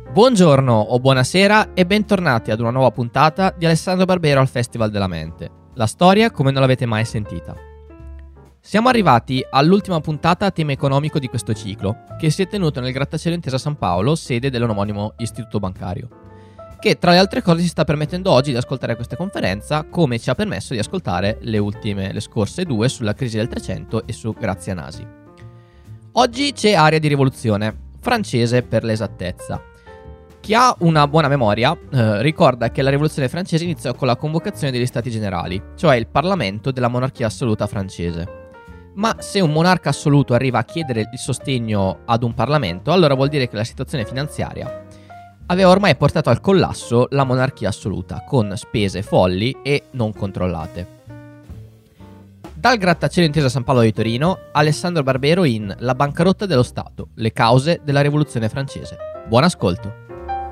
Buongiorno o buonasera e bentornati ad una nuova puntata di Alessandro Barbero al Festival della Mente. La storia come non l'avete mai sentita. Siamo arrivati all'ultima puntata a tema economico di questo ciclo, che si è tenuto nel Grattacielo Intesa San Paolo, sede dell'omonimo istituto bancario, che tra le altre cose ci sta permettendo oggi di ascoltare questa conferenza, come ci ha permesso di ascoltare le scorse due sulla crisi del 300 e su Grazia Nasi. Oggi c'è aria di rivoluzione, francese per l'esattezza. Chi ha una buona memoria ricorda che la rivoluzione francese iniziò con la convocazione degli Stati Generali, cioè il Parlamento della monarchia assoluta francese. Ma se un monarca assoluto arriva a chiedere il sostegno ad un Parlamento, allora vuol dire che la situazione finanziaria aveva ormai portato al collasso la monarchia assoluta, con spese folli e non controllate. Dal Grattacielo Intesa San Paolo di Torino, Alessandro Barbero in La bancarotta dello Stato, le cause della rivoluzione francese. Buon ascolto!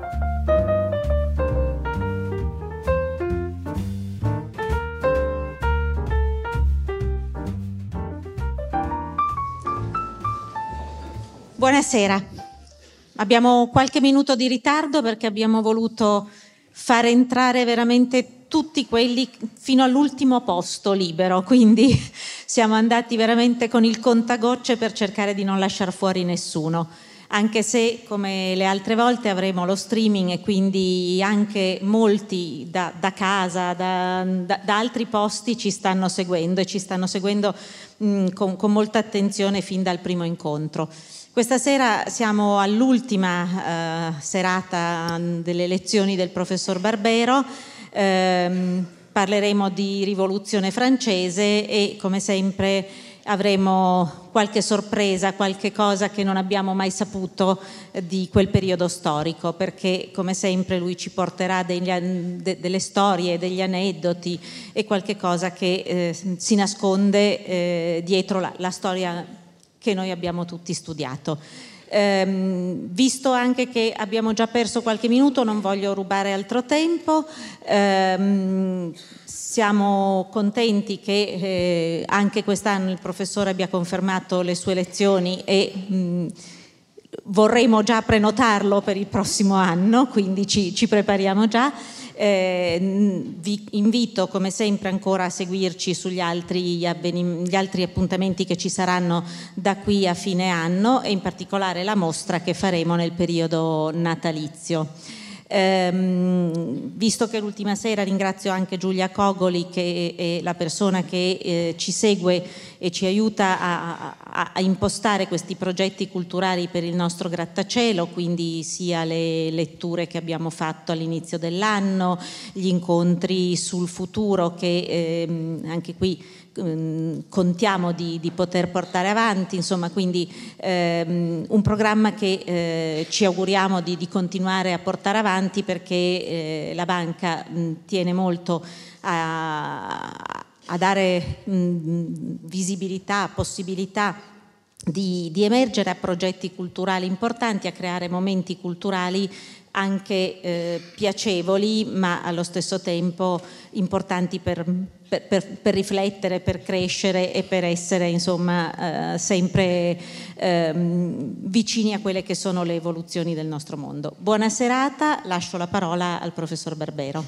Buonasera, abbiamo qualche minuto di ritardo perché abbiamo voluto far entrare veramente tutti quelli fino all'ultimo posto libero, quindi siamo andati veramente con il contagocce per cercare di non lasciare fuori nessuno, anche se come le altre volte avremo lo streaming e quindi anche molti da casa, da altri posti ci stanno seguendo e ci stanno seguendo con molta attenzione fin dal primo incontro. Questa sera siamo all'ultima serata delle lezioni del professor Barbero, parleremo di rivoluzione francese e come sempre avremo qualche sorpresa, qualche cosa che non abbiamo mai saputo di quel periodo storico, perché come sempre lui ci porterà delle storie, degli aneddoti e qualche cosa che si nasconde dietro la storia che noi abbiamo tutti studiato. Visto anche che abbiamo già perso qualche minuto, non voglio rubare altro tempo. Siamo contenti che anche quest'anno il professore abbia confermato le sue lezioni e vorremmo già prenotarlo per il prossimo anno, quindi ci prepariamo già. Vi invito come sempre ancora a seguirci sugli gli altri appuntamenti che ci saranno da qui a fine anno e in particolare la mostra che faremo nel periodo natalizio. Visto che l'ultima sera ringrazio anche Giulia Cogoli, che è la persona che ci segue e ci aiuta a impostare questi progetti culturali per il nostro grattacielo, quindi sia le letture che abbiamo fatto all'inizio dell'anno, gli incontri sul futuro che anche qui contiamo di poter portare avanti, insomma, quindi un programma che ci auguriamo di continuare a portare avanti perché la banca tiene molto a dare visibilità, possibilità di emergere a progetti culturali importanti, a creare momenti culturali anche piacevoli, ma allo stesso tempo importanti per riflettere, per crescere e per essere insomma sempre vicini a quelle che sono le evoluzioni del nostro mondo. Buona serata, lascio la parola al professor Barbero.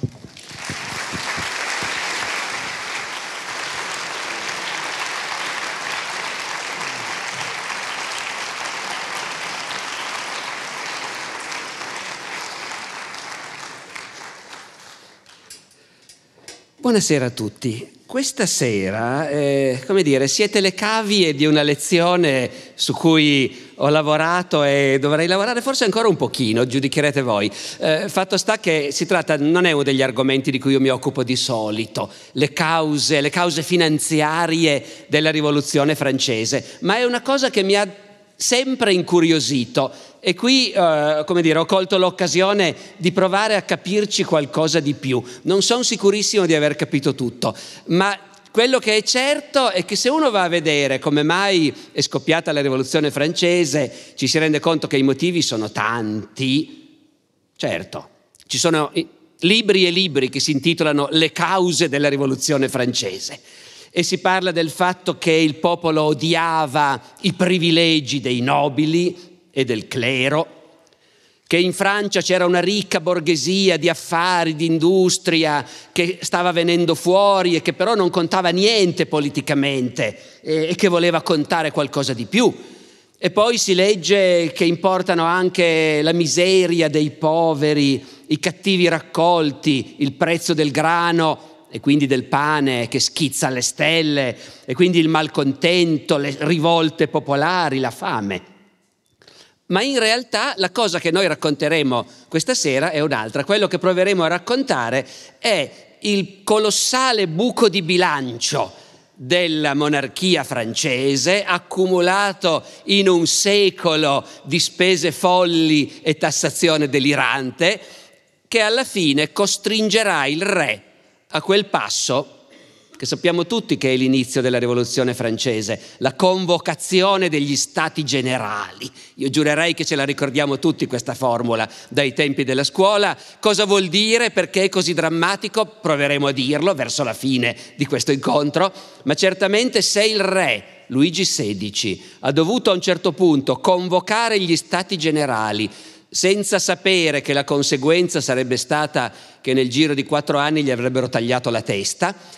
Buonasera a tutti. Questa sera, come dire, siete le cavie di una lezione su cui ho lavorato e dovrei lavorare forse ancora un pochino, giudicherete voi. Fatto sta che non è uno degli argomenti di cui io mi occupo di solito, le cause finanziarie della rivoluzione francese, ma è una cosa che mi ha sempre incuriosito e qui ho colto l'occasione di provare a capirci qualcosa di più. Non sono sicurissimo di aver capito tutto, ma quello che è certo è che se uno va a vedere come mai è scoppiata la rivoluzione francese, ci si rende conto che i motivi sono tanti. Certo, ci sono libri e libri che si intitolano Le cause della rivoluzione francese. E si parla del fatto che il popolo odiava i privilegi dei nobili e del clero, che in Francia c'era una ricca borghesia di affari, di industria che stava venendo fuori e che però non contava niente politicamente e che voleva contare qualcosa di più. E poi si legge che importano anche la miseria dei poveri, i cattivi raccolti, il prezzo del grano e quindi del pane che schizza alle stelle, e quindi il malcontento, le rivolte popolari, la fame. Ma in realtà la cosa che noi racconteremo questa sera è un'altra. Quello che proveremo a raccontare è il colossale buco di bilancio della monarchia francese, accumulato in un secolo di spese folli e tassazione delirante, che alla fine costringerà il re a quel passo che sappiamo tutti che è l'inizio della rivoluzione francese, la convocazione degli stati generali. Io giurerei che ce la ricordiamo tutti questa formula dai tempi della scuola. Cosa vuol dire? Perché è così drammatico? Proveremo a dirlo verso la fine di questo incontro, ma certamente se il re Luigi XVI ha dovuto a un certo punto convocare gli stati generali senza sapere che la conseguenza sarebbe stata che nel giro di 4 anni gli avrebbero tagliato la testa,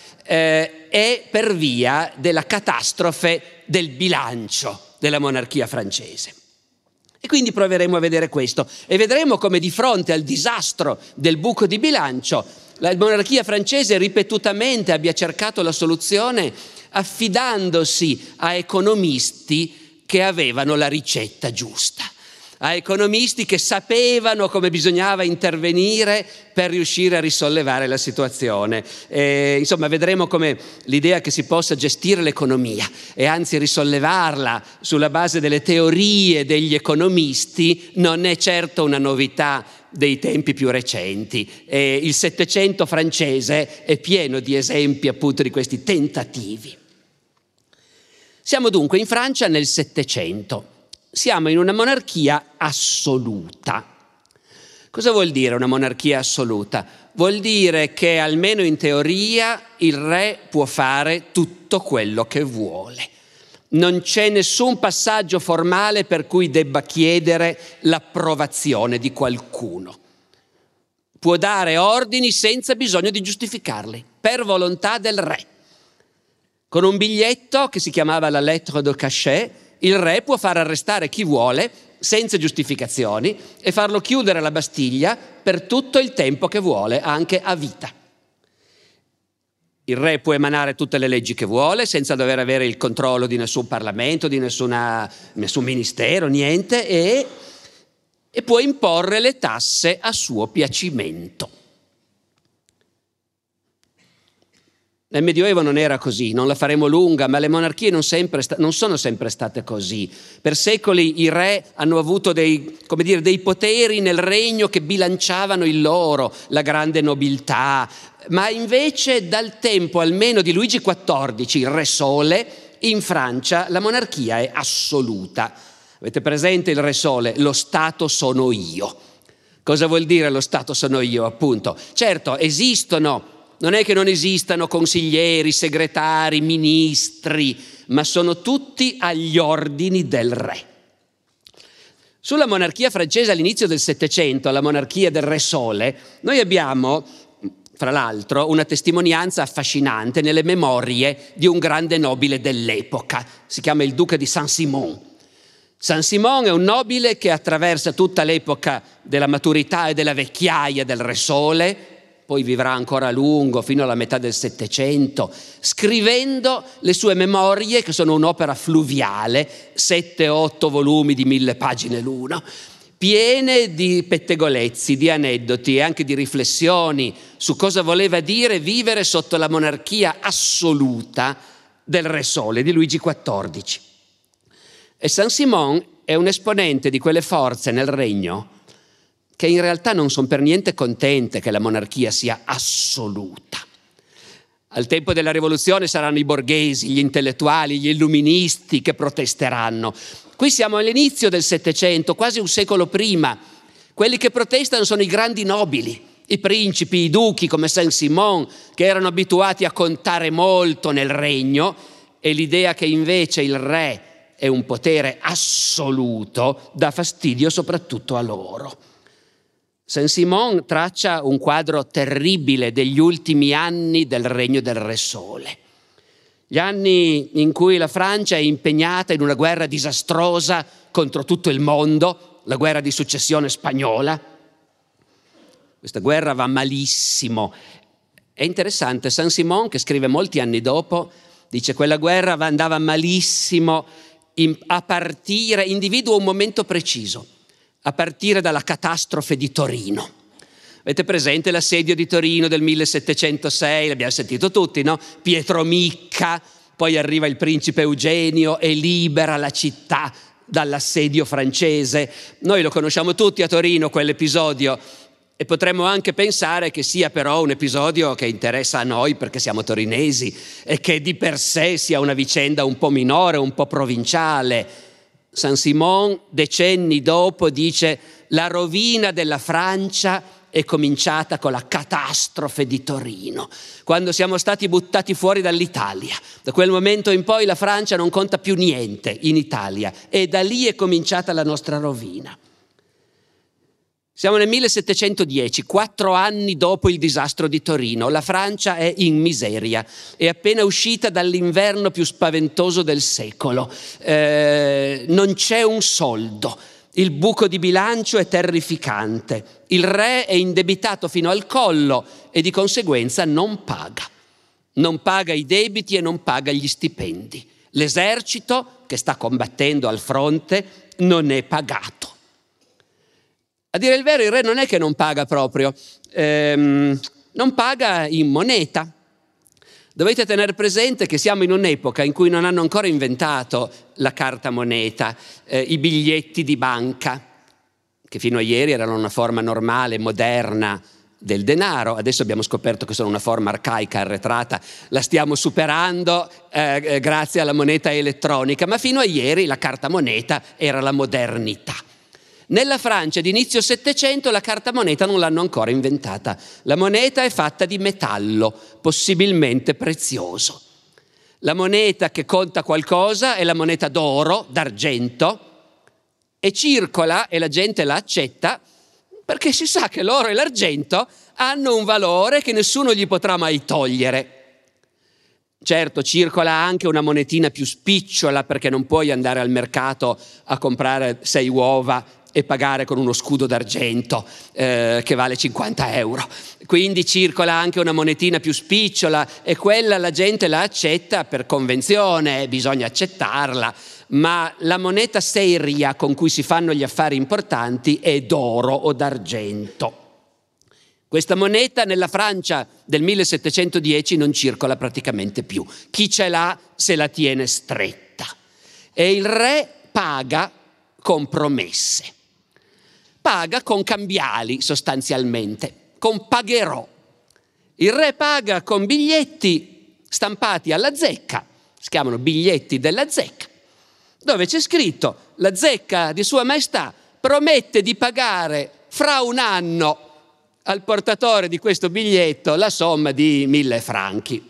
è per via della catastrofe del bilancio della monarchia francese. E quindi proveremo a vedere questo e vedremo come di fronte al disastro del buco di bilancio la monarchia francese ripetutamente abbia cercato la soluzione affidandosi a economisti che avevano la ricetta giusta, a economisti che sapevano come bisognava intervenire per riuscire a risollevare la situazione. Insomma, vedremo come l'idea che si possa gestire l'economia e anzi risollevarla sulla base delle teorie degli economisti non è certo una novità dei tempi più recenti. Il Settecento francese è pieno di esempi appunto di questi tentativi. Siamo dunque in Francia nel Settecento. Siamo in una monarchia assoluta. Cosa vuol dire una monarchia assoluta? Vuol dire che almeno in teoria il re può fare tutto quello che vuole. Non c'è nessun passaggio formale per cui debba chiedere l'approvazione di qualcuno. Può dare ordini senza bisogno di giustificarli, per volontà del re. Con un biglietto che si chiamava la lettre de cachet, il re può far arrestare chi vuole senza giustificazioni e farlo chiudere alla Bastiglia per tutto il tempo che vuole, anche a vita. Il re può emanare tutte le leggi che vuole senza dover avere il controllo di nessun Parlamento, di nessun ministero, niente, e può imporre le tasse a suo piacimento. Nel Medioevo non era così, non la faremo lunga, ma le monarchie non sono sempre state così. Per secoli i re hanno avuto dei poteri nel regno che bilanciavano il loro, la grande nobiltà, ma invece dal tempo almeno di Luigi XIV, il Re Sole, in Francia la monarchia è assoluta. Avete presente il Re Sole? Lo Stato sono io. Cosa vuol dire lo Stato sono io, appunto? Certo, esistono. Non è che non esistano consiglieri, segretari, ministri, ma sono tutti agli ordini del re. Sulla monarchia francese all'inizio del Settecento, la monarchia del Re Sole, noi abbiamo, fra l'altro, una testimonianza affascinante nelle memorie di un grande nobile dell'epoca. Si chiama il duca di Saint-Simon. Saint-Simon è un nobile che attraversa tutta l'epoca della maturità e della vecchiaia del Re Sole, poi vivrà ancora a lungo fino alla metà del Settecento, scrivendo le sue memorie, che sono un'opera fluviale, 7-8 volumi di 1000 pagine l'uno, piene di pettegolezzi, di aneddoti e anche di riflessioni su cosa voleva dire vivere sotto la monarchia assoluta del Re Sole, di Luigi XIV. E Saint-Simon è un esponente di quelle forze nel regno che in realtà non sono per niente contente che la monarchia sia assoluta. Al tempo della rivoluzione saranno i borghesi, gli intellettuali, gli illuministi che protesteranno. Qui siamo all'inizio del Settecento, quasi un secolo prima. Quelli che protestano sono i grandi nobili, i principi, i duchi come Saint-Simon, che erano abituati a contare molto nel regno, e l'idea che invece il re è un potere assoluto dà fastidio soprattutto a loro. Saint-Simon traccia un quadro terribile degli ultimi anni del regno del Re Sole. Gli anni in cui la Francia è impegnata in una guerra disastrosa contro tutto il mondo, la guerra di successione spagnola. Questa guerra va malissimo. È interessante, Saint-Simon, che scrive molti anni dopo, dice: quella guerra andava malissimo individua un momento preciso, a partire dalla catastrofe di Torino. Avete presente l'assedio di Torino del 1706? L'abbiamo sentito tutti, no? Pietro Micca, poi arriva il principe Eugenio e libera la città dall'assedio francese. Noi lo conosciamo tutti a Torino, quell'episodio, e potremmo anche pensare che sia però un episodio che interessa a noi perché siamo torinesi e che di per sé sia una vicenda un po' minore, un po' provinciale. Saint-Simon, decenni dopo, dice: la rovina della Francia è cominciata con la catastrofe di Torino, quando siamo stati buttati fuori dall'Italia. Da quel momento in poi la Francia non conta più niente in Italia e da lì è cominciata la nostra rovina. Siamo nel 1710, 4 anni dopo il disastro di Torino. La Francia è in miseria, è appena uscita dall'inverno più spaventoso del secolo. Non c'è un soldo, il buco di bilancio è terrificante, il re è indebitato fino al collo e di conseguenza non paga. Non paga i debiti e non paga gli stipendi. L'esercito, che sta combattendo al fronte, non è pagato. A dire il vero, il re non è che non paga proprio, non paga in moneta. Dovete tenere presente che siamo in un'epoca in cui non hanno ancora inventato la carta moneta, i biglietti di banca, che fino a ieri erano una forma normale, moderna del denaro. Adesso abbiamo scoperto che sono una forma arcaica, arretrata, la stiamo superando grazie alla moneta elettronica, ma fino a ieri la carta moneta era la modernità. Nella Francia di inizio Settecento la carta moneta non l'hanno ancora inventata. La moneta è fatta di metallo, possibilmente prezioso. La moneta che conta qualcosa è la moneta d'oro, d'argento, e circola e la gente la accetta perché si sa che l'oro e l'argento hanno un valore che nessuno gli potrà mai togliere. Certo, circola anche una monetina più spicciola perché non puoi andare al mercato a comprare 6 uova e pagare con uno scudo d'argento che vale 50 euro. Quindi circola anche una monetina più spicciola e quella la gente la accetta per convenzione, bisogna accettarla, ma la moneta seria con cui si fanno gli affari importanti è d'oro o d'argento. Questa moneta nella Francia del 1710 non circola praticamente più. Chi ce l'ha se la tiene stretta. E il re paga con promesse. Paga con cambiali sostanzialmente, con pagherò. Il re paga con biglietti stampati alla zecca, si chiamano biglietti della zecca, dove c'è scritto: la zecca di Sua Maestà promette di pagare fra un anno al portatore di questo biglietto la somma di 1000 franchi.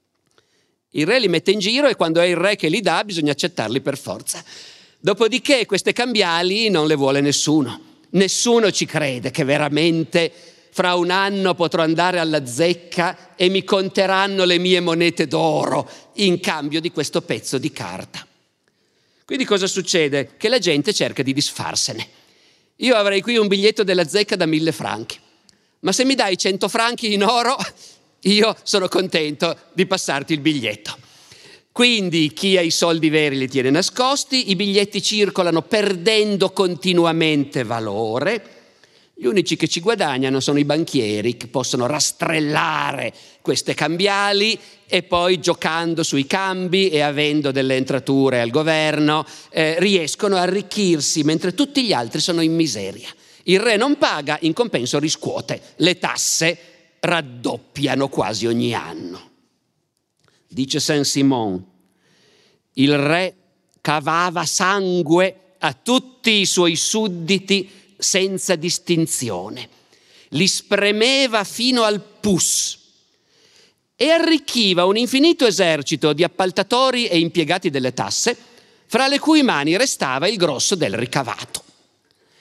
Il re li mette in giro e quando è il re che li dà bisogna accettarli per forza. Dopodiché queste cambiali non le vuole nessuno. Nessuno ci crede che veramente fra un anno potrò andare alla zecca e mi conteranno le mie monete d'oro in cambio di questo pezzo di carta. Quindi cosa succede? Che la gente cerca di disfarsene. Io avrei qui un biglietto della zecca da 1000 franchi, ma se mi dai 100 franchi in oro, io sono contento di passarti il biglietto. Quindi chi ha i soldi veri li tiene nascosti, i biglietti circolano perdendo continuamente valore. Gli unici che ci guadagnano sono i banchieri, che possono rastrellare queste cambiali e poi, giocando sui cambi e avendo delle entrature al governo, riescono a arricchirsi mentre tutti gli altri sono in miseria. Il re non paga, in compenso riscuote. Le tasse raddoppiano quasi ogni anno. Dice Saint-Simon: il re cavava sangue a tutti i suoi sudditi senza distinzione, li spremeva fino al pus e arricchiva un infinito esercito di appaltatori e impiegati delle tasse, fra le cui mani restava il grosso del ricavato.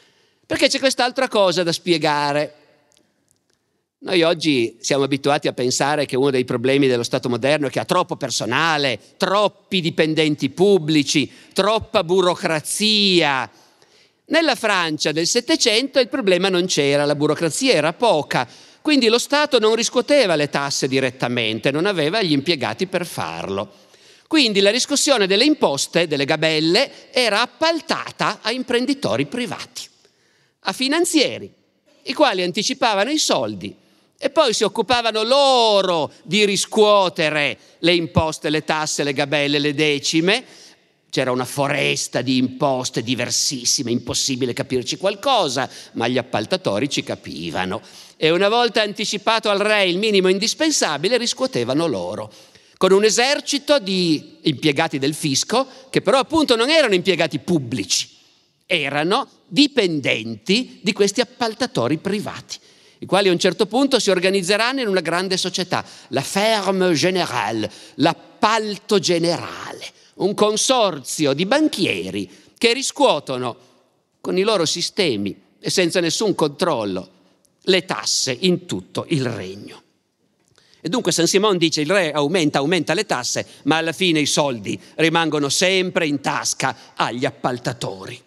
Perché c'è quest'altra cosa da spiegare. Noi oggi siamo abituati a pensare che uno dei problemi dello Stato moderno è che ha troppo personale, troppi dipendenti pubblici, troppa burocrazia. Nella Francia del Settecento il problema non c'era, la burocrazia era poca, quindi lo Stato non riscuoteva le tasse direttamente, non aveva gli impiegati per farlo. Quindi la riscossione delle imposte, delle gabelle, era appaltata a imprenditori privati, a finanzieri, i quali anticipavano i soldi e poi si occupavano loro di riscuotere le imposte, le tasse, le gabelle, le decime. C'era una foresta di imposte diversissime, impossibile capirci qualcosa, ma gli appaltatori ci capivano. E una volta anticipato al re il minimo indispensabile, riscuotevano loro, con un esercito di impiegati del fisco, che però appunto non erano impiegati pubblici, erano dipendenti di questi appaltatori privati, i quali a un certo punto si organizzeranno in una grande società, la ferme générale, l'appalto generale, un consorzio di banchieri che riscuotono con i loro sistemi e senza nessun controllo le tasse in tutto il regno. E dunque Saint-Simon dice: il re aumenta le tasse, ma alla fine i soldi rimangono sempre in tasca agli appaltatori.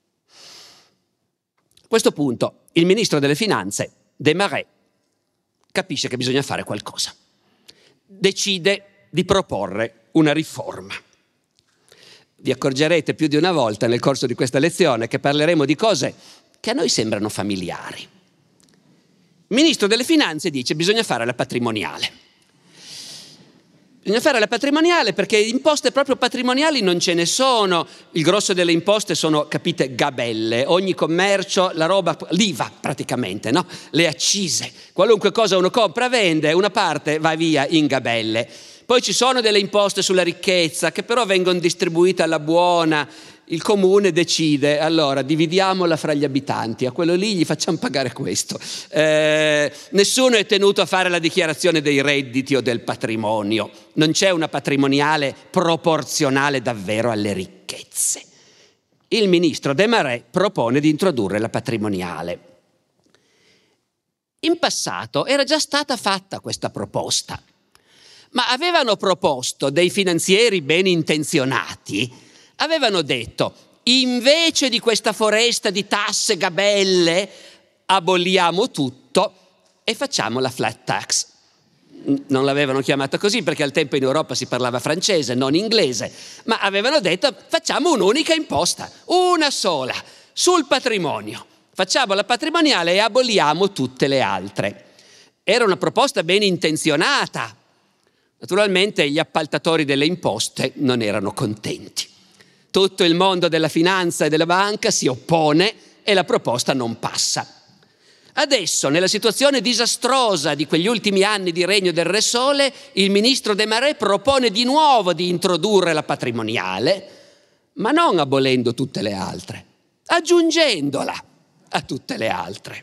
A questo punto il ministro delle finanze, Desmarais, capisce che bisogna fare qualcosa. Decide di proporre una riforma. Vi accorgerete più di una volta nel corso di questa lezione che parleremo di cose che a noi sembrano familiari. Il ministro delle finanze dice: bisogna fare la patrimoniale. Bisogna fare la patrimoniale perché imposte proprio patrimoniali non ce ne sono. Il grosso delle imposte sono, capite, gabelle. Ogni commercio, la roba, l'IVA praticamente, no? Le accise. Qualunque cosa uno compra, vende, una parte va via in gabelle. Poi ci sono delle imposte sulla ricchezza che però vengono distribuite alla buona. Il comune decide: allora dividiamola fra gli abitanti, a quello lì gli facciamo pagare questo. Nessuno è tenuto a fare la dichiarazione dei redditi o del patrimonio. Non c'è una patrimoniale proporzionale davvero alle ricchezze. Il ministro Desmarais propone di introdurre la patrimoniale. In passato era già stata fatta questa proposta, ma avevano proposto dei finanzieri ben intenzionati. Avevano detto: invece di questa foresta di tasse, gabelle, aboliamo tutto e facciamo la flat tax. Non l'avevano chiamata così perché al tempo in Europa si parlava francese, non inglese, ma avevano detto: facciamo un'unica imposta, una sola, sul patrimonio. Facciamo la patrimoniale e aboliamo tutte le altre. Era una proposta ben intenzionata. Naturalmente gli appaltatori delle imposte non erano contenti. Tutto il mondo della finanza e della banca si oppone e la proposta non passa. Adesso, nella situazione disastrosa di quegli ultimi anni di regno del Re Sole, il ministro Desmarais propone di nuovo di introdurre la patrimoniale, ma non abolendo tutte le altre, aggiungendola a tutte le altre.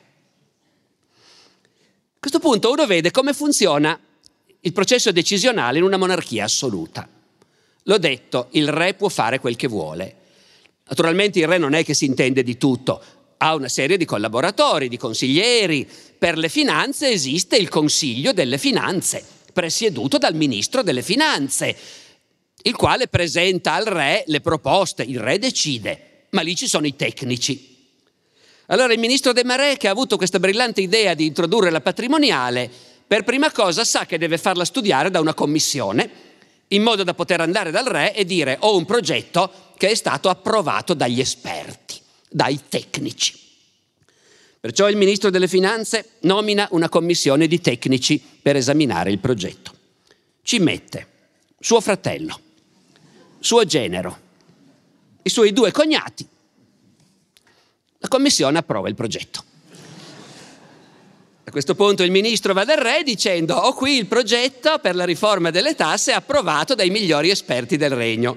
A questo punto uno vede come funziona il processo decisionale in una monarchia assoluta. L'ho detto, il re può fare quel che vuole. Naturalmente il re non è che si intende di tutto, ha una serie di collaboratori, di consiglieri. Per le finanze esiste il Consiglio delle Finanze, presieduto dal ministro delle Finanze, il quale presenta al re le proposte, il re decide, ma lì ci sono i tecnici. Allora il ministro Desmarais, che ha avuto questa brillante idea di introdurre la patrimoniale, per prima cosa sa che deve farla studiare da una commissione, in modo da poter andare dal re e dire: ho un progetto che è stato approvato dagli esperti, dai tecnici. Perciò il ministro delle finanze nomina una commissione di tecnici per esaminare il progetto. Ci mette suo fratello, suo genero, i suoi 2 cognati. La commissione approva il progetto. A questo punto il ministro va dal re dicendo: ho qui il progetto per la riforma delle tasse approvato dai migliori esperti del regno.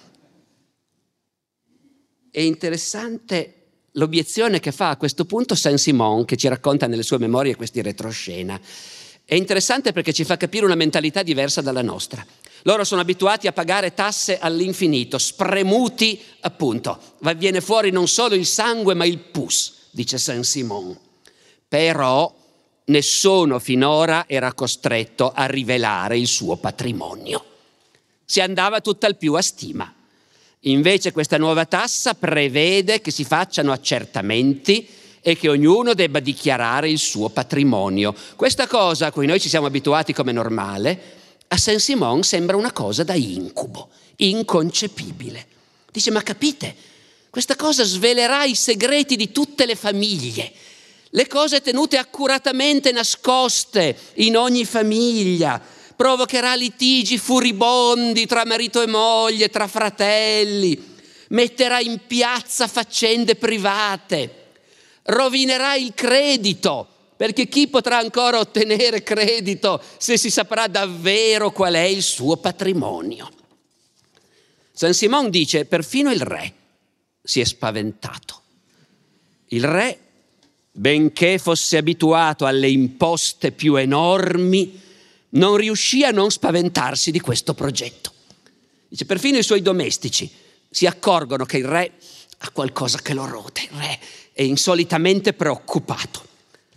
È interessante l'obiezione che fa a questo punto Saint-Simon, che ci racconta nelle sue memorie questi retroscena. È interessante perché ci fa capire una mentalità diversa dalla nostra. Loro sono abituati a pagare tasse all'infinito, spremuti appunto. Viene fuori non solo il sangue ma il pus dice Saint-Simon. Però nessuno finora era costretto a rivelare il suo patrimonio. Si andava tutt'al più a stima. Invece questa nuova tassa prevede che si facciano accertamenti e che ognuno debba dichiarare il suo patrimonio. Questa cosa a cui noi ci siamo abituati come normale, a Saint-Simon sembra una cosa da incubo, inconcepibile. Dice, ma capite, questa cosa svelerà i segreti di tutte le famiglie, le cose tenute accuratamente nascoste in ogni famiglia, provocherà litigi furibondi tra marito e moglie, tra fratelli, metterà in piazza faccende private, rovinerà il credito, perché chi potrà ancora ottenere credito se si saprà davvero qual è il suo patrimonio? Saint-Simon dice, perfino il re si è spaventato. Il re, benché fosse abituato alle imposte più enormi, non riuscì a non spaventarsi di questo progetto. Dice, perfino i suoi domestici si accorgono che il re ha qualcosa che lo rode. Il re è insolitamente preoccupato.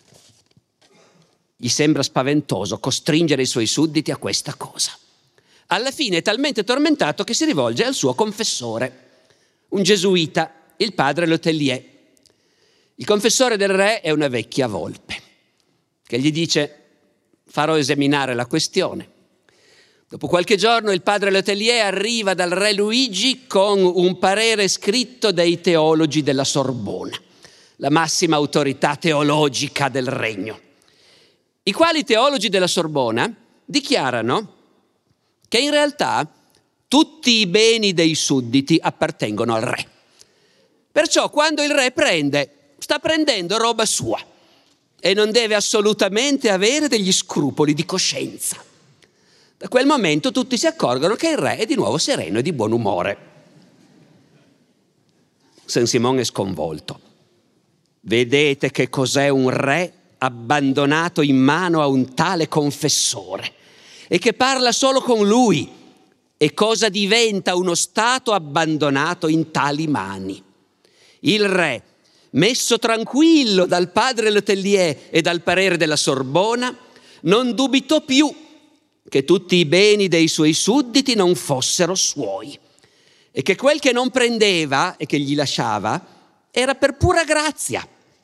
Gli sembra spaventoso costringere i suoi sudditi a questa cosa. Alla fine è talmente tormentato che si rivolge al suo confessore, un gesuita, il padre Letellier. Il confessore del re è una vecchia volpe che gli dice, farò esaminare la questione. Dopo qualche giorno il padre Letellier arriva dal re Luigi con un parere scritto dai teologi della Sorbona, la massima autorità teologica del regno, i quali teologi della Sorbona dichiarano che in realtà tutti i beni dei sudditi appartengono al re. Perciò quando il re prende, sta prendendo roba sua e non deve assolutamente avere degli scrupoli di coscienza. Da quel momento tutti si accorgono che il re è di nuovo sereno e di buon umore. Saint-Simon è sconvolto. Vedete che cos'è un re abbandonato in mano a un tale confessore e che parla solo con lui, e cosa diventa uno stato abbandonato in tali mani. Il re, messo tranquillo dal padre Letellier e dal parere della Sorbona, non dubitò più che tutti i beni dei suoi sudditi non fossero suoi e che quel che non prendeva e che gli lasciava era per pura grazia.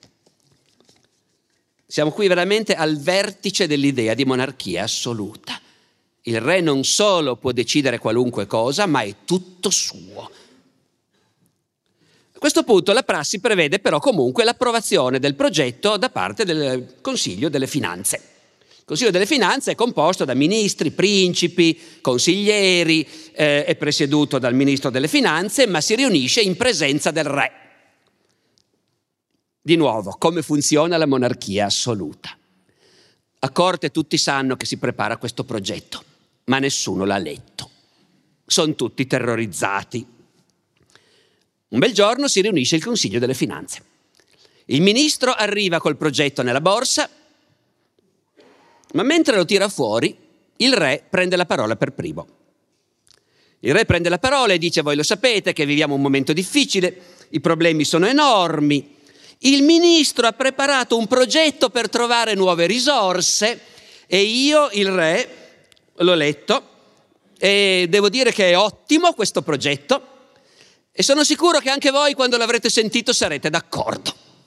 Siamo qui veramente al vertice dell'idea di monarchia assoluta. Il re non solo può decidere qualunque cosa, ma è tutto suo. A questo punto la prassi prevede però comunque l'approvazione del progetto da parte del Consiglio delle Finanze. Il Consiglio delle Finanze è composto da ministri, principi, consiglieri, è presieduto dal ministro delle Finanze, ma si riunisce in presenza del re. Di nuovo, come funziona la monarchia assoluta? A corte tutti sanno che si prepara questo progetto, ma nessuno l'ha letto. Sono tutti terrorizzati. Un bel giorno si riunisce il Consiglio delle Finanze. Il ministro arriva col progetto nella borsa, ma mentre lo tira fuori, il re prende la parola per primo. Il re prende la parola e dice: voi lo sapete che viviamo un momento difficile, i problemi sono enormi. Il ministro ha preparato un progetto per trovare nuove risorse e io, il re, l'ho letto e devo dire che è ottimo questo progetto e sono sicuro che anche voi quando l'avrete sentito sarete d'accordo.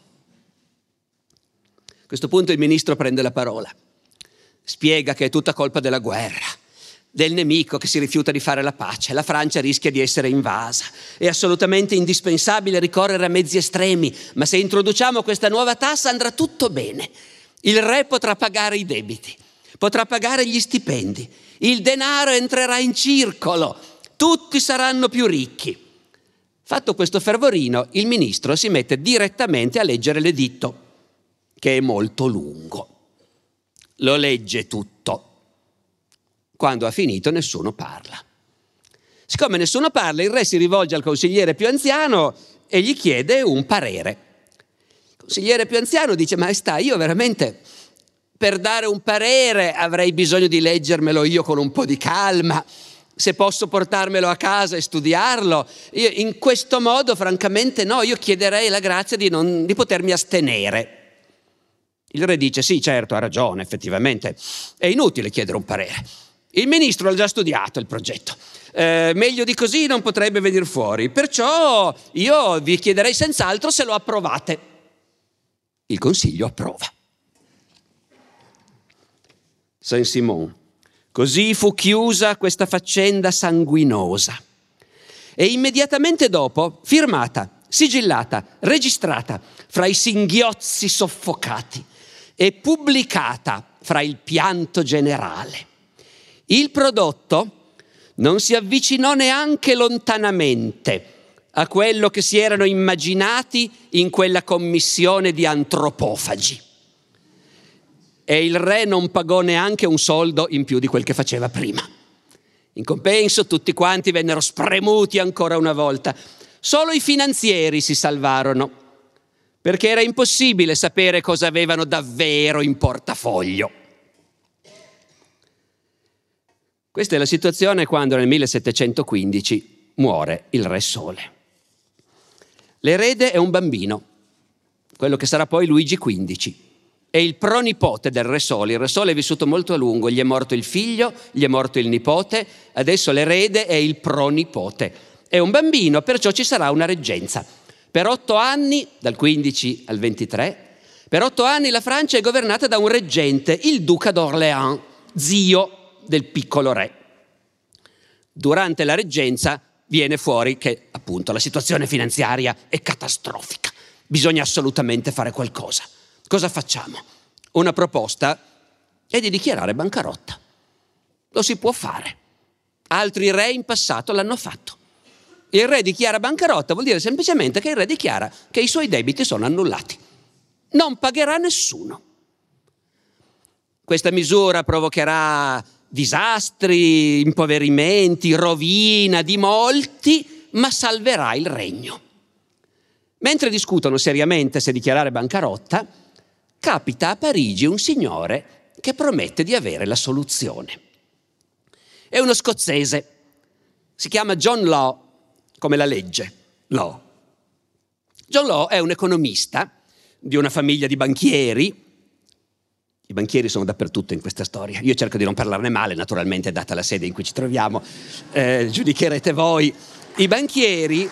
A questo punto il ministro prende la parola, spiega che è tutta colpa della guerra, del nemico che si rifiuta di fare la pace, la Francia rischia di essere invasa, è assolutamente indispensabile ricorrere a mezzi estremi, ma se introduciamo questa nuova tassa andrà tutto bene. Il re potrà pagare i debiti, potrà pagare gli stipendi, il denaro entrerà in circolo, tutti saranno più ricchi. Fatto questo fervorino, il ministro si mette direttamente a leggere l'editto, che è molto lungo. Lo legge tutto. Quando ha finito nessuno parla. Siccome nessuno parla, il re si rivolge al consigliere più anziano e gli chiede un parere. Il consigliere più anziano dice: Maestà, io veramente per dare un parere avrei bisogno di leggermelo io con un po' di calma. se posso portarmelo a casa e studiarlo. Io, in questo modo, francamente no, io chiederei la grazia di potermi astenere. Il re dice: sì, certo, ha ragione, effettivamente è inutile chiedere un parere. Il ministro ha già studiato il progetto. Meglio di così non potrebbe venire fuori. Perciò io vi chiederei senz'altro se lo approvate. Il consiglio approva. Saint-Simon. Così fu chiusa questa faccenda sanguinosa. E immediatamente dopo, firmata, sigillata, registrata fra i singhiozzi soffocati e pubblicata fra il pianto generale. Il prodotto non si avvicinò neanche lontanamente a quello che si erano immaginati in quella commissione di antropofagi. E il re non pagò neanche un soldo in più di quel che faceva prima. In compenso tutti quanti vennero spremuti ancora una volta. Solo i finanzieri si salvarono, perché era impossibile sapere cosa avevano davvero in portafoglio. Questa è la situazione quando nel 1715 muore il Re Sole. L'erede è un bambino, quello che sarà poi Luigi XV. È il pronipote del Re Sole. Il Re Sole è vissuto molto a lungo, gli è morto il figlio, gli è morto il nipote, adesso l'erede è il pronipote. È un bambino, perciò ci sarà una reggenza. Per 8 anni, dal 15 al 23, per 8 anni la Francia è governata da un reggente, il duca d'Orléans, zio del piccolo re. Durante la reggenza viene fuori che appunto la situazione finanziaria è catastrofica. Bisogna assolutamente fare qualcosa. Cosa facciamo? Una proposta è di dichiarare bancarotta. Lo si può fare. Altri re in passato l'hanno fatto. Il re dichiara bancarotta vuol dire semplicemente che il re dichiara che i suoi debiti sono annullati. Non pagherà nessuno. Questa misura provocherà disastri, impoverimenti, rovina di molti, ma salverà il regno. Mentre discutono seriamente se dichiarare bancarotta, capita a Parigi un signore che promette di avere la soluzione. È uno scozzese, si chiama John Law, come la legge, Law. John Law è un economista di una famiglia di banchieri. I banchieri sono dappertutto in questa storia. Io cerco di non parlarne male, naturalmente, data la sede in cui ci troviamo. Giudicherete voi. I banchieri...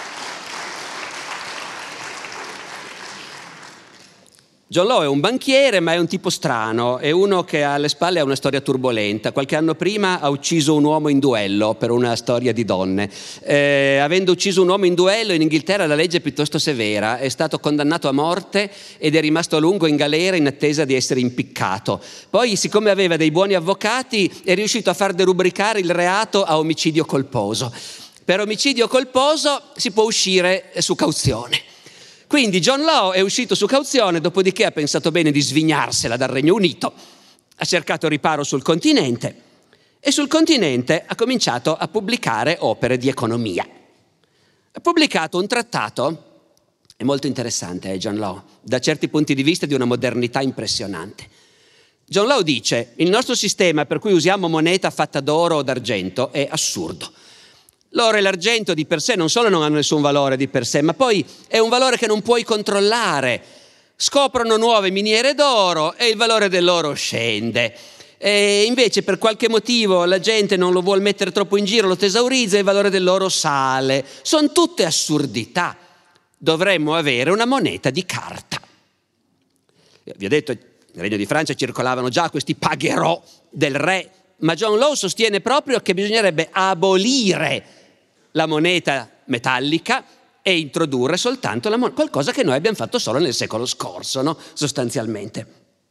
John Law è un banchiere, ma è un tipo strano, è uno che alle spalle ha una storia turbolenta. Qualche anno prima ha ucciso un uomo in duello per una storia di donne. Avendo ucciso un uomo in duello in Inghilterra la legge è piuttosto severa, è stato condannato a morte ed è rimasto a lungo in galera in attesa di essere impiccato. Poi, siccome aveva dei buoni avvocati, è riuscito a far derubricare il reato a omicidio colposo. Per omicidio colposo si può uscire su cauzione. Quindi John Law è uscito su cauzione, dopodiché ha pensato bene di svignarsela dal Regno Unito, ha cercato riparo sul continente e sul continente ha cominciato a pubblicare opere di economia. Ha pubblicato un trattato, è molto interessante, John Law, da certi punti di vista di una modernità impressionante. John Law dice: il nostro sistema per cui usiamo moneta fatta d'oro o d'argento è assurdo. L'oro e l'argento di per sé non solo non hanno nessun valore di per sé, ma poi è un valore che non puoi controllare. Scoprono nuove miniere d'oro e il valore dell'oro scende. E invece per qualche motivo la gente non lo vuol mettere troppo in giro, lo tesaurizza e il valore dell'oro sale. Sono tutte assurdità. Dovremmo avere una moneta di carta. Vi ho detto, nel Regno di Francia circolavano già questi pagherò del re, ma John Law sostiene proprio che bisognerebbe abolire la moneta metallica e introdurre soltanto qualcosa che noi abbiamo fatto solo nel secolo scorso, no? Sostanzialmente.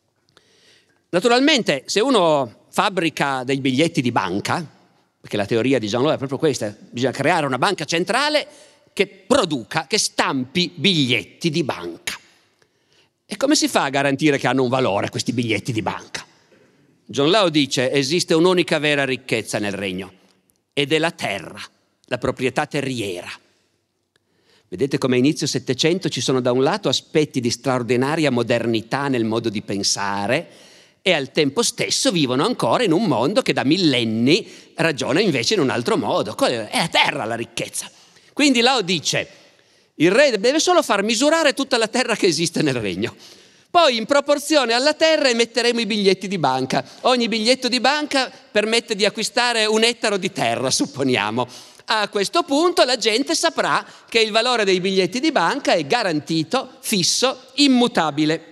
Naturalmente, se uno fabbrica dei biglietti di banca, perché la teoria di John Law è proprio questa, bisogna creare una banca centrale che produca, che stampi biglietti di banca. E come si fa a garantire che hanno un valore questi biglietti di banca? John Law dice: esiste un'unica vera ricchezza nel regno ed è la terra, la proprietà terriera. Vedete come a inizio Settecento ci sono da un lato aspetti di straordinaria modernità nel modo di pensare e al tempo stesso vivono ancora in un mondo che da millenni ragiona invece in un altro modo. È la terra la ricchezza. Quindi Lao dice: il re deve solo far misurare tutta la terra che esiste nel regno. Poi in proporzione alla terra emetteremo i biglietti di banca. Ogni biglietto di banca permette di acquistare 1 ettaro di terra, supponiamo. A questo punto la gente saprà che il valore dei biglietti di banca è garantito, fisso, immutabile.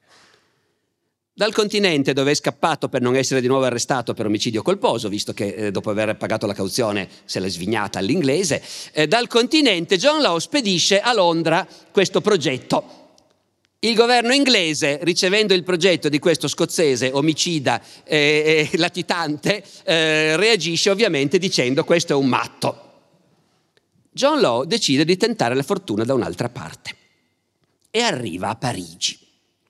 Dal continente, dove è scappato per non essere di nuovo arrestato per omicidio colposo, visto che dopo aver pagato la cauzione se l'è svignata all'inglese, dal continente John Law spedisce a Londra questo progetto. Il governo inglese, ricevendo il progetto di questo scozzese omicida e latitante, reagisce ovviamente dicendo: questo è un matto. John Law decide di tentare la fortuna da un'altra parte e arriva a Parigi.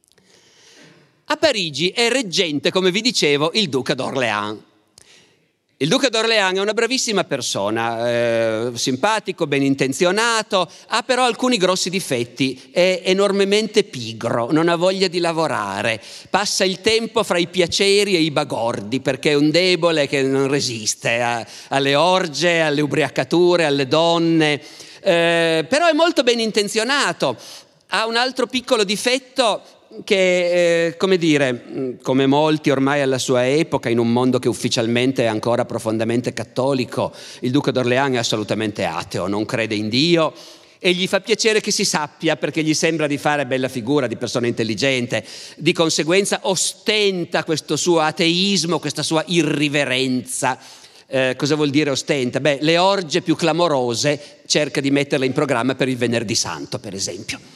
A Parigi è reggente, come vi dicevo, il duca d'Orléans. Il duca d'Orléans è una bravissima persona, simpatico, ben intenzionato, ha però alcuni grossi difetti, è enormemente pigro, non ha voglia di lavorare, passa il tempo fra i piaceri e i bagordi perché è un debole che non resiste alle orge, alle ubriacature, alle donne, però è molto ben intenzionato. Ha un altro piccolo difetto che, come molti ormai alla sua epoca, in un mondo che ufficialmente è ancora profondamente cattolico, il duca d'Orléans è assolutamente ateo, non crede in Dio e gli fa piacere che si sappia perché gli sembra di fare bella figura di persona intelligente, di conseguenza ostenta questo suo ateismo, questa sua irriverenza. Cosa vuol dire ostenta? Le orge più clamorose cerca di metterle in programma per il Venerdì Santo, per esempio.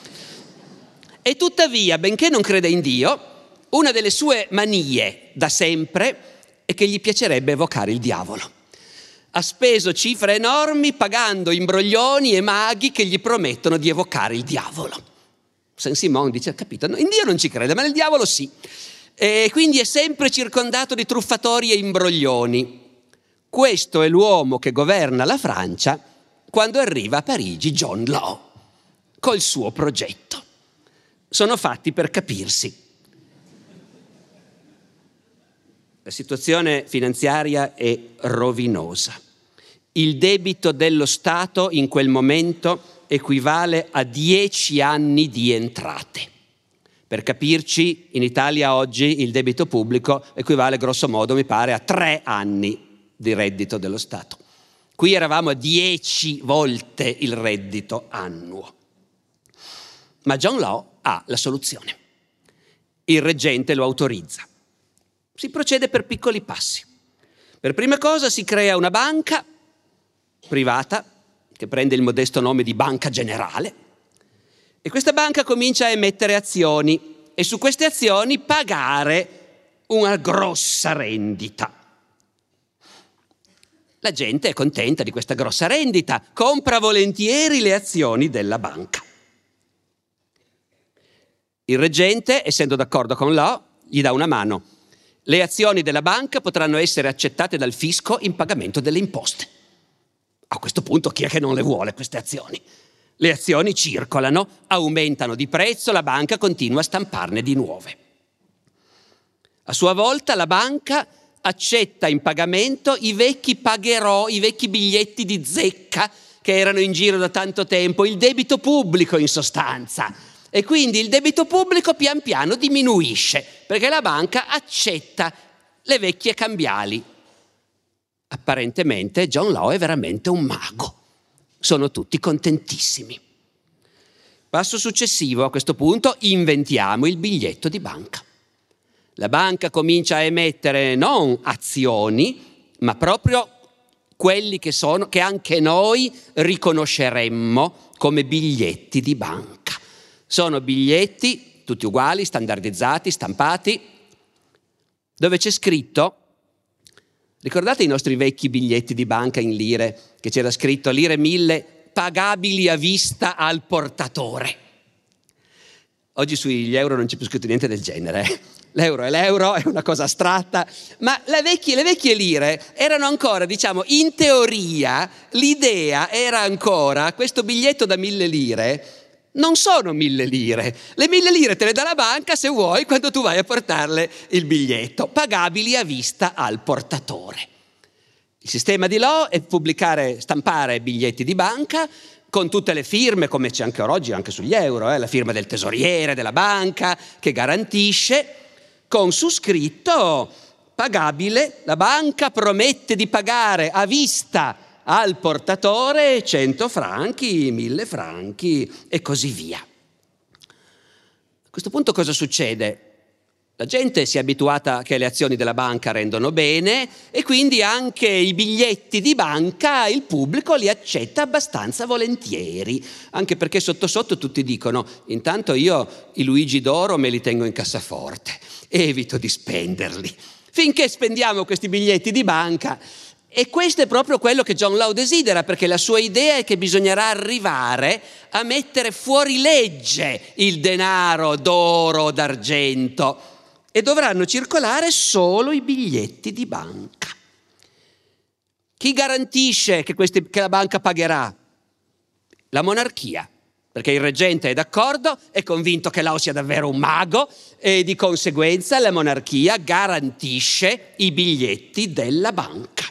E tuttavia, benché non creda in Dio, una delle sue manie da sempre è che gli piacerebbe evocare il diavolo. Ha speso cifre enormi pagando imbroglioni e maghi che gli promettono di evocare il diavolo. Saint-Simon dice: capito, in Dio non ci crede, ma nel diavolo sì. E quindi è sempre circondato di truffatori e imbroglioni. Questo è l'uomo che governa la Francia quando arriva a Parigi John Law col suo progetto. Sono fatti per capirsi. La situazione finanziaria è rovinosa. Il debito dello Stato in quel momento equivale a 10 anni di entrate. Per capirci, in Italia oggi il debito pubblico equivale grosso modo, mi pare, a 3 anni di reddito dello Stato. Qui eravamo a 10 volte il reddito annuo. Ma John Law ha la soluzione. Il reggente lo autorizza. Si procede per piccoli passi. Per prima cosa si crea una banca privata che prende il modesto nome di Banca Generale e questa banca comincia a emettere azioni e su queste azioni pagare una grossa rendita. La gente è contenta di questa grossa rendita, compra volentieri le azioni della banca. Il reggente, essendo d'accordo con Law, gli dà una mano. Le azioni della banca potranno essere accettate dal fisco in pagamento delle imposte. A questo punto chi è che non le vuole queste azioni? Le azioni circolano, aumentano di prezzo, la banca continua a stamparne di nuove. A sua volta la banca accetta in pagamento i vecchi pagherò, i vecchi biglietti di zecca che erano in giro da tanto tempo, il debito pubblico in sostanza. E quindi il debito pubblico pian piano diminuisce perché la banca accetta le vecchie cambiali. Apparentemente John Law è veramente un mago. Sono tutti contentissimi. Passo successivo, a questo punto inventiamo il biglietto di banca. La banca comincia a emettere non azioni, ma proprio quelli che anche noi riconosceremmo come biglietti di banca. Sono biglietti tutti uguali, standardizzati, stampati, dove c'è scritto, ricordate i nostri vecchi biglietti di banca in lire, che c'era scritto lire 1000 pagabili a vista al portatore. Oggi sugli euro non c'è più scritto niente del genere. L'euro è una cosa astratta, ma le vecchie lire erano ancora, in teoria, l'idea era ancora, questo biglietto da 1000 lire non sono 1.000 lire. Le 1.000 lire te le dà la banca se vuoi quando tu vai a portarle il biglietto, pagabili a vista al portatore. Il sistema di Law è stampare biglietti di banca con tutte le firme, come c'è anche oggi, anche sugli euro, la firma del tesoriere della banca che garantisce, con su scritto pagabile, la banca promette di pagare a vista al portatore 100 franchi, 1.000 franchi e così via. A questo punto cosa succede? La gente si è abituata che le azioni della banca rendono bene e quindi anche i biglietti di banca il pubblico li accetta abbastanza volentieri, anche perché sotto sotto tutti dicono: intanto io i Luigi d'oro me li tengo in cassaforte, evito di spenderli, finché spendiamo questi biglietti di banca. E questo è proprio quello che John Law desidera, perché la sua idea è che bisognerà arrivare a mettere fuori legge il denaro d'oro o d'argento e dovranno circolare solo i biglietti di banca. Chi garantisce che la banca pagherà? La monarchia, perché il reggente è d'accordo, è convinto che Law sia davvero un mago e di conseguenza la monarchia garantisce i biglietti della banca.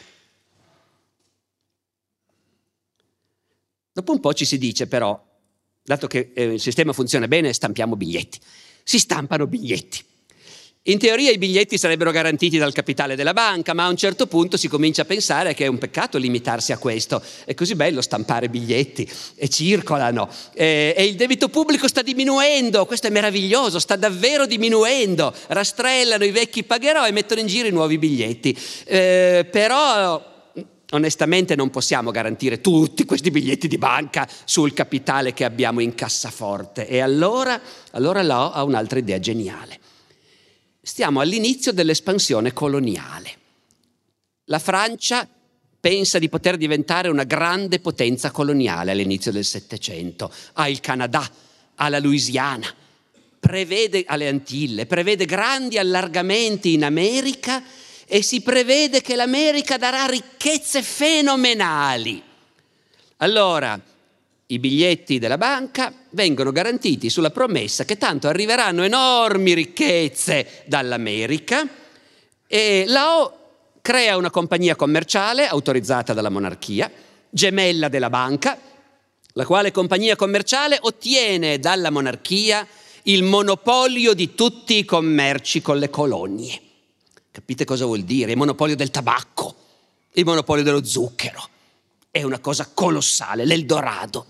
Dopo un po' ci si dice però, dato che il sistema funziona bene, stampiamo biglietti. Si stampano biglietti. In teoria i biglietti sarebbero garantiti dal capitale della banca, ma a un certo punto si comincia a pensare che è un peccato limitarsi a questo. È così bello stampare biglietti e circolano. E il debito pubblico sta diminuendo, questo è meraviglioso, sta davvero diminuendo. Rastrellano i vecchi pagherò e mettono in giro i nuovi biglietti. Però onestamente non possiamo garantire tutti questi biglietti di banca sul capitale che abbiamo in cassaforte. E allora Law ha un'altra idea geniale. Stiamo all'inizio dell'espansione coloniale. La Francia pensa di poter diventare una grande potenza coloniale all'inizio del Settecento. Ha il Canada, ha la Louisiana, prevede alle Antille, prevede grandi allargamenti in America e si prevede che l'America darà ricchezze fenomenali. Allora, i biglietti della banca vengono garantiti sulla promessa che tanto arriveranno enormi ricchezze dall'America e Law crea una compagnia commerciale autorizzata dalla monarchia, gemella della banca, la quale compagnia commerciale ottiene dalla monarchia il monopolio di tutti i commerci con le colonie. Capite cosa vuol dire? Il monopolio del tabacco, il monopolio dello zucchero. È una cosa colossale, l'Eldorado.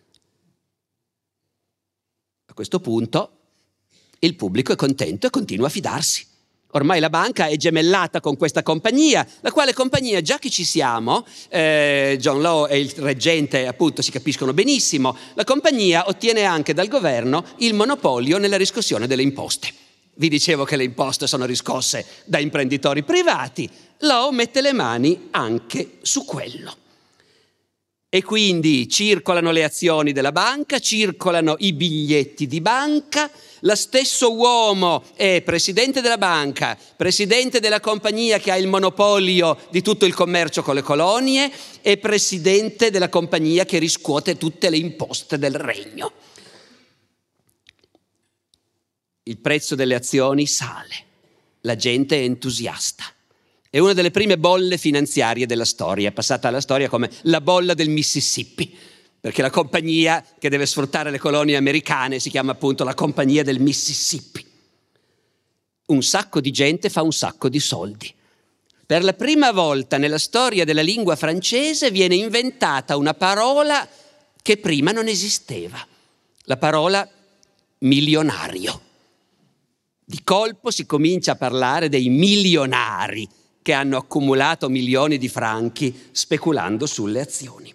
A questo punto il pubblico è contento e continua a fidarsi. Ormai la banca è gemellata con questa compagnia, la quale compagnia, già che ci siamo, John Law e il reggente appunto si capiscono benissimo, la compagnia ottiene anche dal governo il monopolio nella riscossione delle imposte. Vi dicevo che le imposte sono riscosse da imprenditori privati, Law mette le mani anche su quello. E quindi circolano le azioni della banca, circolano i biglietti di banca, lo stesso uomo è presidente della banca, presidente della compagnia che ha il monopolio di tutto il commercio con le colonie e presidente della compagnia che riscuote tutte le imposte del regno. Il prezzo delle azioni sale, la gente è entusiasta. È una delle prime bolle finanziarie della storia, è passata alla storia come la bolla del Mississippi, perché la compagnia che deve sfruttare le colonie americane si chiama appunto la compagnia del Mississippi. Un sacco di gente fa un sacco di soldi. Per la prima volta nella storia della lingua francese viene inventata una parola che prima non esisteva, la parola milionario. Di colpo si comincia a parlare dei milionari che hanno accumulato milioni di franchi speculando sulle azioni.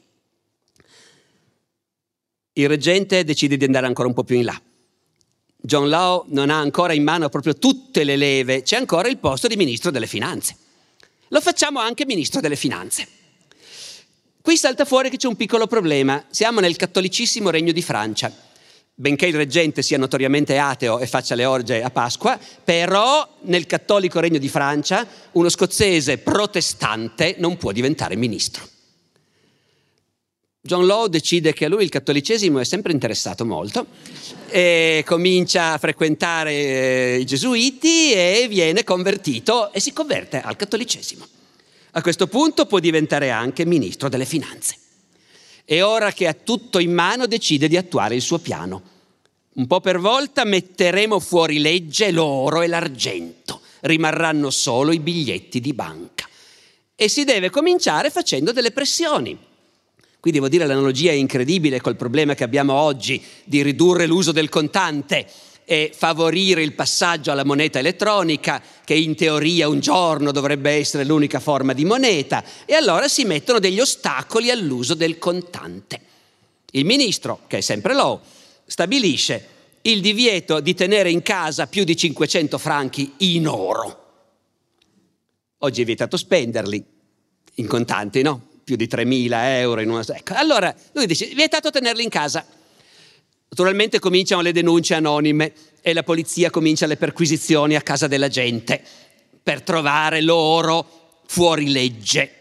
Il reggente decide di andare ancora un po' più in là. John Law non ha ancora in mano proprio tutte le leve, c'è ancora il posto di ministro delle finanze. Lo facciamo anche ministro delle finanze. Qui salta fuori che c'è un piccolo problema. Siamo nel cattolicissimo regno di Francia. Benché il reggente sia notoriamente ateo e faccia le orge a Pasqua, però nel cattolico regno di Francia uno scozzese protestante non può diventare ministro. John Law decide che a lui il cattolicesimo è sempre interessato molto e comincia a frequentare i gesuiti e viene convertito e si converte al cattolicesimo. A questo punto può diventare anche ministro delle finanze. E ora che ha tutto in mano decide di attuare il suo piano. Un po' per volta metteremo fuori legge l'oro e l'argento, rimarranno solo i biglietti di banca. E si deve cominciare facendo delle pressioni. Qui devo dire l'analogia è incredibile col problema che abbiamo oggi di ridurre l'uso del contante e favorire il passaggio alla moneta elettronica, che in teoria un giorno dovrebbe essere l'unica forma di moneta, e allora si mettono degli ostacoli all'uso del contante. Il ministro, che è sempre Law, stabilisce il divieto di tenere in casa più di 500 franchi in oro. Oggi è vietato spenderli in contanti, no? Più di 3.000 euro in una... Ecco, allora lui dice, vietato tenerli in casa. Naturalmente cominciano le denunce anonime e la polizia comincia le perquisizioni a casa della gente per trovare l'oro fuori legge.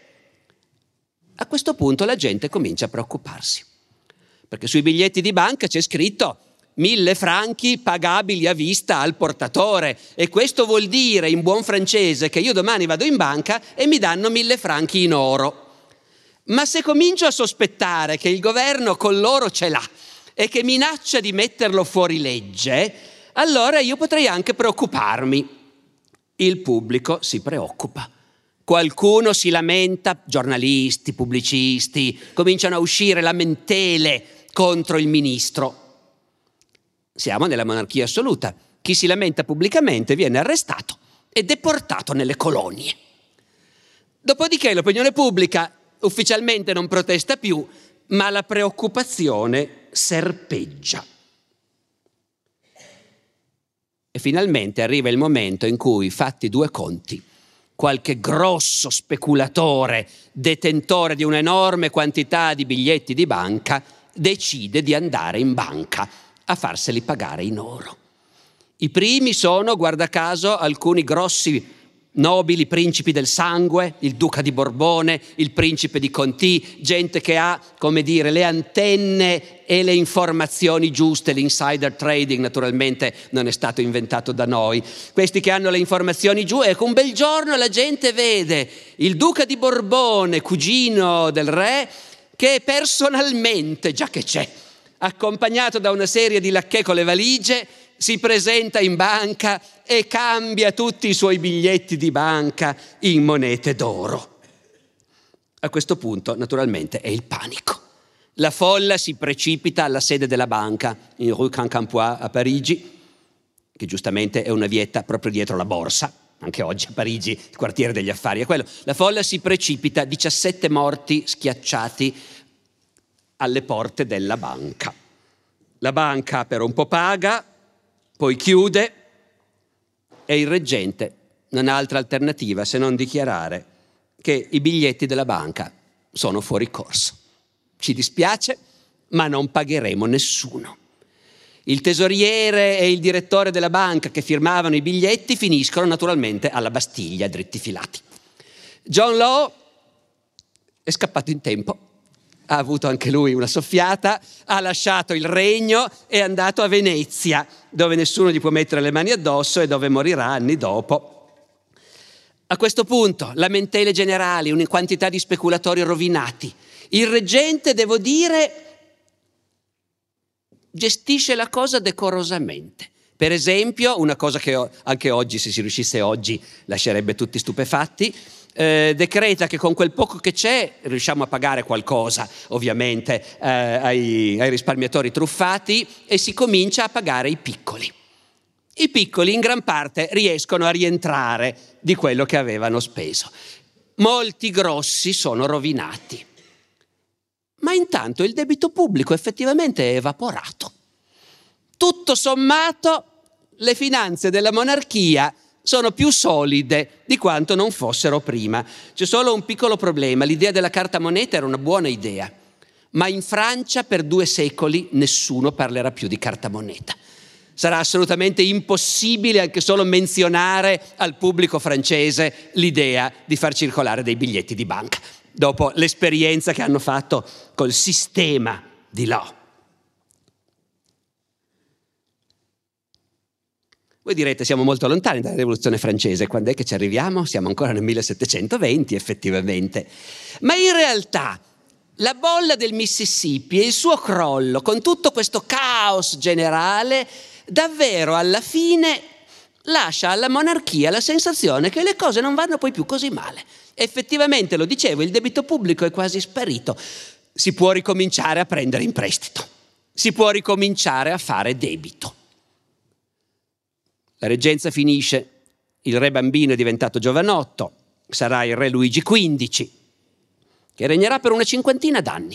A questo punto la gente comincia a preoccuparsi, perché sui biglietti di banca c'è scritto 1.000 franchi pagabili a vista al portatore, e questo vuol dire in buon francese che io domani vado in banca e mi danno 1.000 franchi in oro. Ma se comincio a sospettare che il governo con l'oro ce l'ha e che minaccia di metterlo fuori legge, allora io potrei anche preoccuparmi. Il pubblico si preoccupa. Qualcuno si lamenta, giornalisti, pubblicisti, cominciano a uscire lamentele contro il ministro. Siamo nella monarchia assoluta. Chi si lamenta pubblicamente viene arrestato e deportato nelle colonie. Dopodiché l'opinione pubblica ufficialmente non protesta più, ma la preoccupazione serpeggia. E finalmente arriva il momento in cui, fatti due conti, qualche grosso speculatore, detentore di un'enorme quantità di biglietti di banca, decide di andare in banca a farseli pagare in oro. I primi sono, guarda caso, alcuni grossi nobili principi del sangue, il duca di Borbone, il principe di Conti, gente che ha, come dire, le antenne e le informazioni giuste. L'insider trading naturalmente non è stato inventato da noi. Questi che hanno le informazioni giù, ecco, un bel giorno la gente vede il duca di Borbone, cugino del re, che personalmente, già che c'è, accompagnato da una serie di lacchè con le valigie, si presenta in banca e cambia tutti i suoi biglietti di banca in monete d'oro. A questo punto, naturalmente, è il panico. La folla si precipita alla sede della banca, in Rue Quincampoix a Parigi, che giustamente è una vietta proprio dietro la borsa. Anche oggi a Parigi il quartiere degli affari è quello. La folla si precipita, 17 morti schiacciati alle porte della banca. La banca per un po' paga, poi chiude e il reggente non ha altra alternativa se non dichiarare che i biglietti della banca sono fuori corso. Ci dispiace, ma non pagheremo nessuno. Il tesoriere e il direttore della banca che firmavano i biglietti finiscono naturalmente alla Bastiglia, dritti filati. John Law è scappato in tempo. Ha avuto anche lui una soffiata, ha lasciato il regno e è andato a Venezia, dove nessuno gli può mettere le mani addosso e dove morirà anni dopo. A questo punto, lamentele generali, una quantità di speculatori rovinati. Il reggente, devo dire, gestisce la cosa decorosamente. Per esempio, una cosa che anche oggi, se si riuscisse oggi, lascerebbe tutti stupefatti, decreta che con quel poco che c'è riusciamo a pagare qualcosa, ovviamente, ai risparmiatori truffati, e si comincia a pagare i piccoli. I piccoli in gran parte riescono a rientrare di quello che avevano speso. Molti grossi sono rovinati. Ma intanto il debito pubblico effettivamente è evaporato. Tutto sommato, le finanze della monarchia sono più solide di quanto non fossero prima. C'è solo un piccolo problema: l'idea della carta moneta era una buona idea, ma in Francia per 2 secoli nessuno parlerà più di carta moneta. Sarà assolutamente impossibile anche solo menzionare al pubblico francese l'idea di far circolare dei biglietti di banca. dopo l'esperienza che hanno fatto col sistema di Law. Voi direte, siamo molto lontani dalla Rivoluzione francese, quando è che ci arriviamo? Siamo ancora nel 1720 effettivamente. Ma in realtà la bolla del Mississippi e il suo crollo, con tutto questo caos generale, davvero alla fine lascia alla monarchia la sensazione che le cose non vanno poi più così male. Effettivamente, lo dicevo, il debito pubblico è quasi sparito. Si può ricominciare a prendere in prestito, si può ricominciare a fare debito. La reggenza finisce, il re bambino è diventato giovanotto, sarà il re Luigi XV, che regnerà per una 50 d'anni.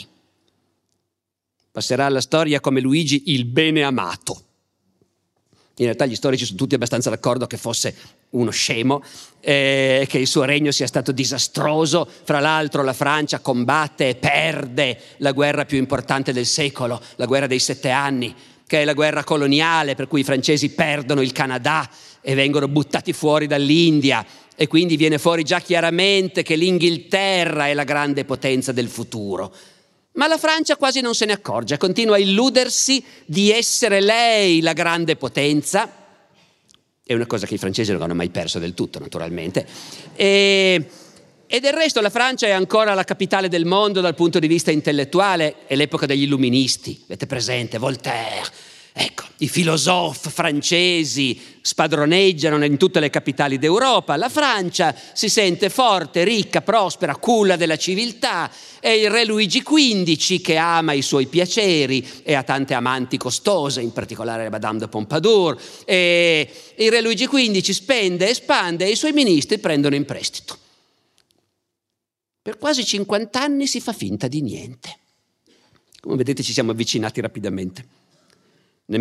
Passerà alla storia come Luigi il bene amato. In realtà gli storici sono tutti abbastanza d'accordo che fosse uno scemo, che il suo regno sia stato disastroso. Fra l'altro la Francia combatte e perde la guerra più importante del secolo, la guerra dei 7 anni, che è la guerra coloniale, per cui i francesi perdono il Canada e vengono buttati fuori dall'India, e quindi viene fuori già chiaramente che l'Inghilterra è la grande potenza del futuro. Ma la Francia quasi non se ne accorge, continua a illudersi di essere lei la grande potenza. È una cosa che i francesi non hanno mai perso del tutto, naturalmente. E del resto la Francia è ancora la capitale del mondo dal punto di vista intellettuale. È l'epoca degli illuministi, avete presente? Voltaire. Ecco, i filosofi francesi spadroneggiano in tutte le capitali d'Europa. La Francia si sente forte, ricca, prospera, culla della civiltà. È il re Luigi XV che ama i suoi piaceri e ha tante amanti costose, in particolare Madame de Pompadour. E il re Luigi XV spende, espande e i suoi ministri prendono in prestito. Per quasi 50 anni si fa finta di niente. Come vedete ci siamo avvicinati rapidamente. Nel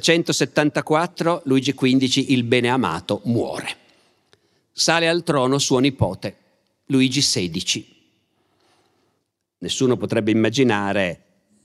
1774 Luigi XV, il bene amato, muore. Sale al trono suo nipote, Luigi XVI. Nessuno potrebbe immaginare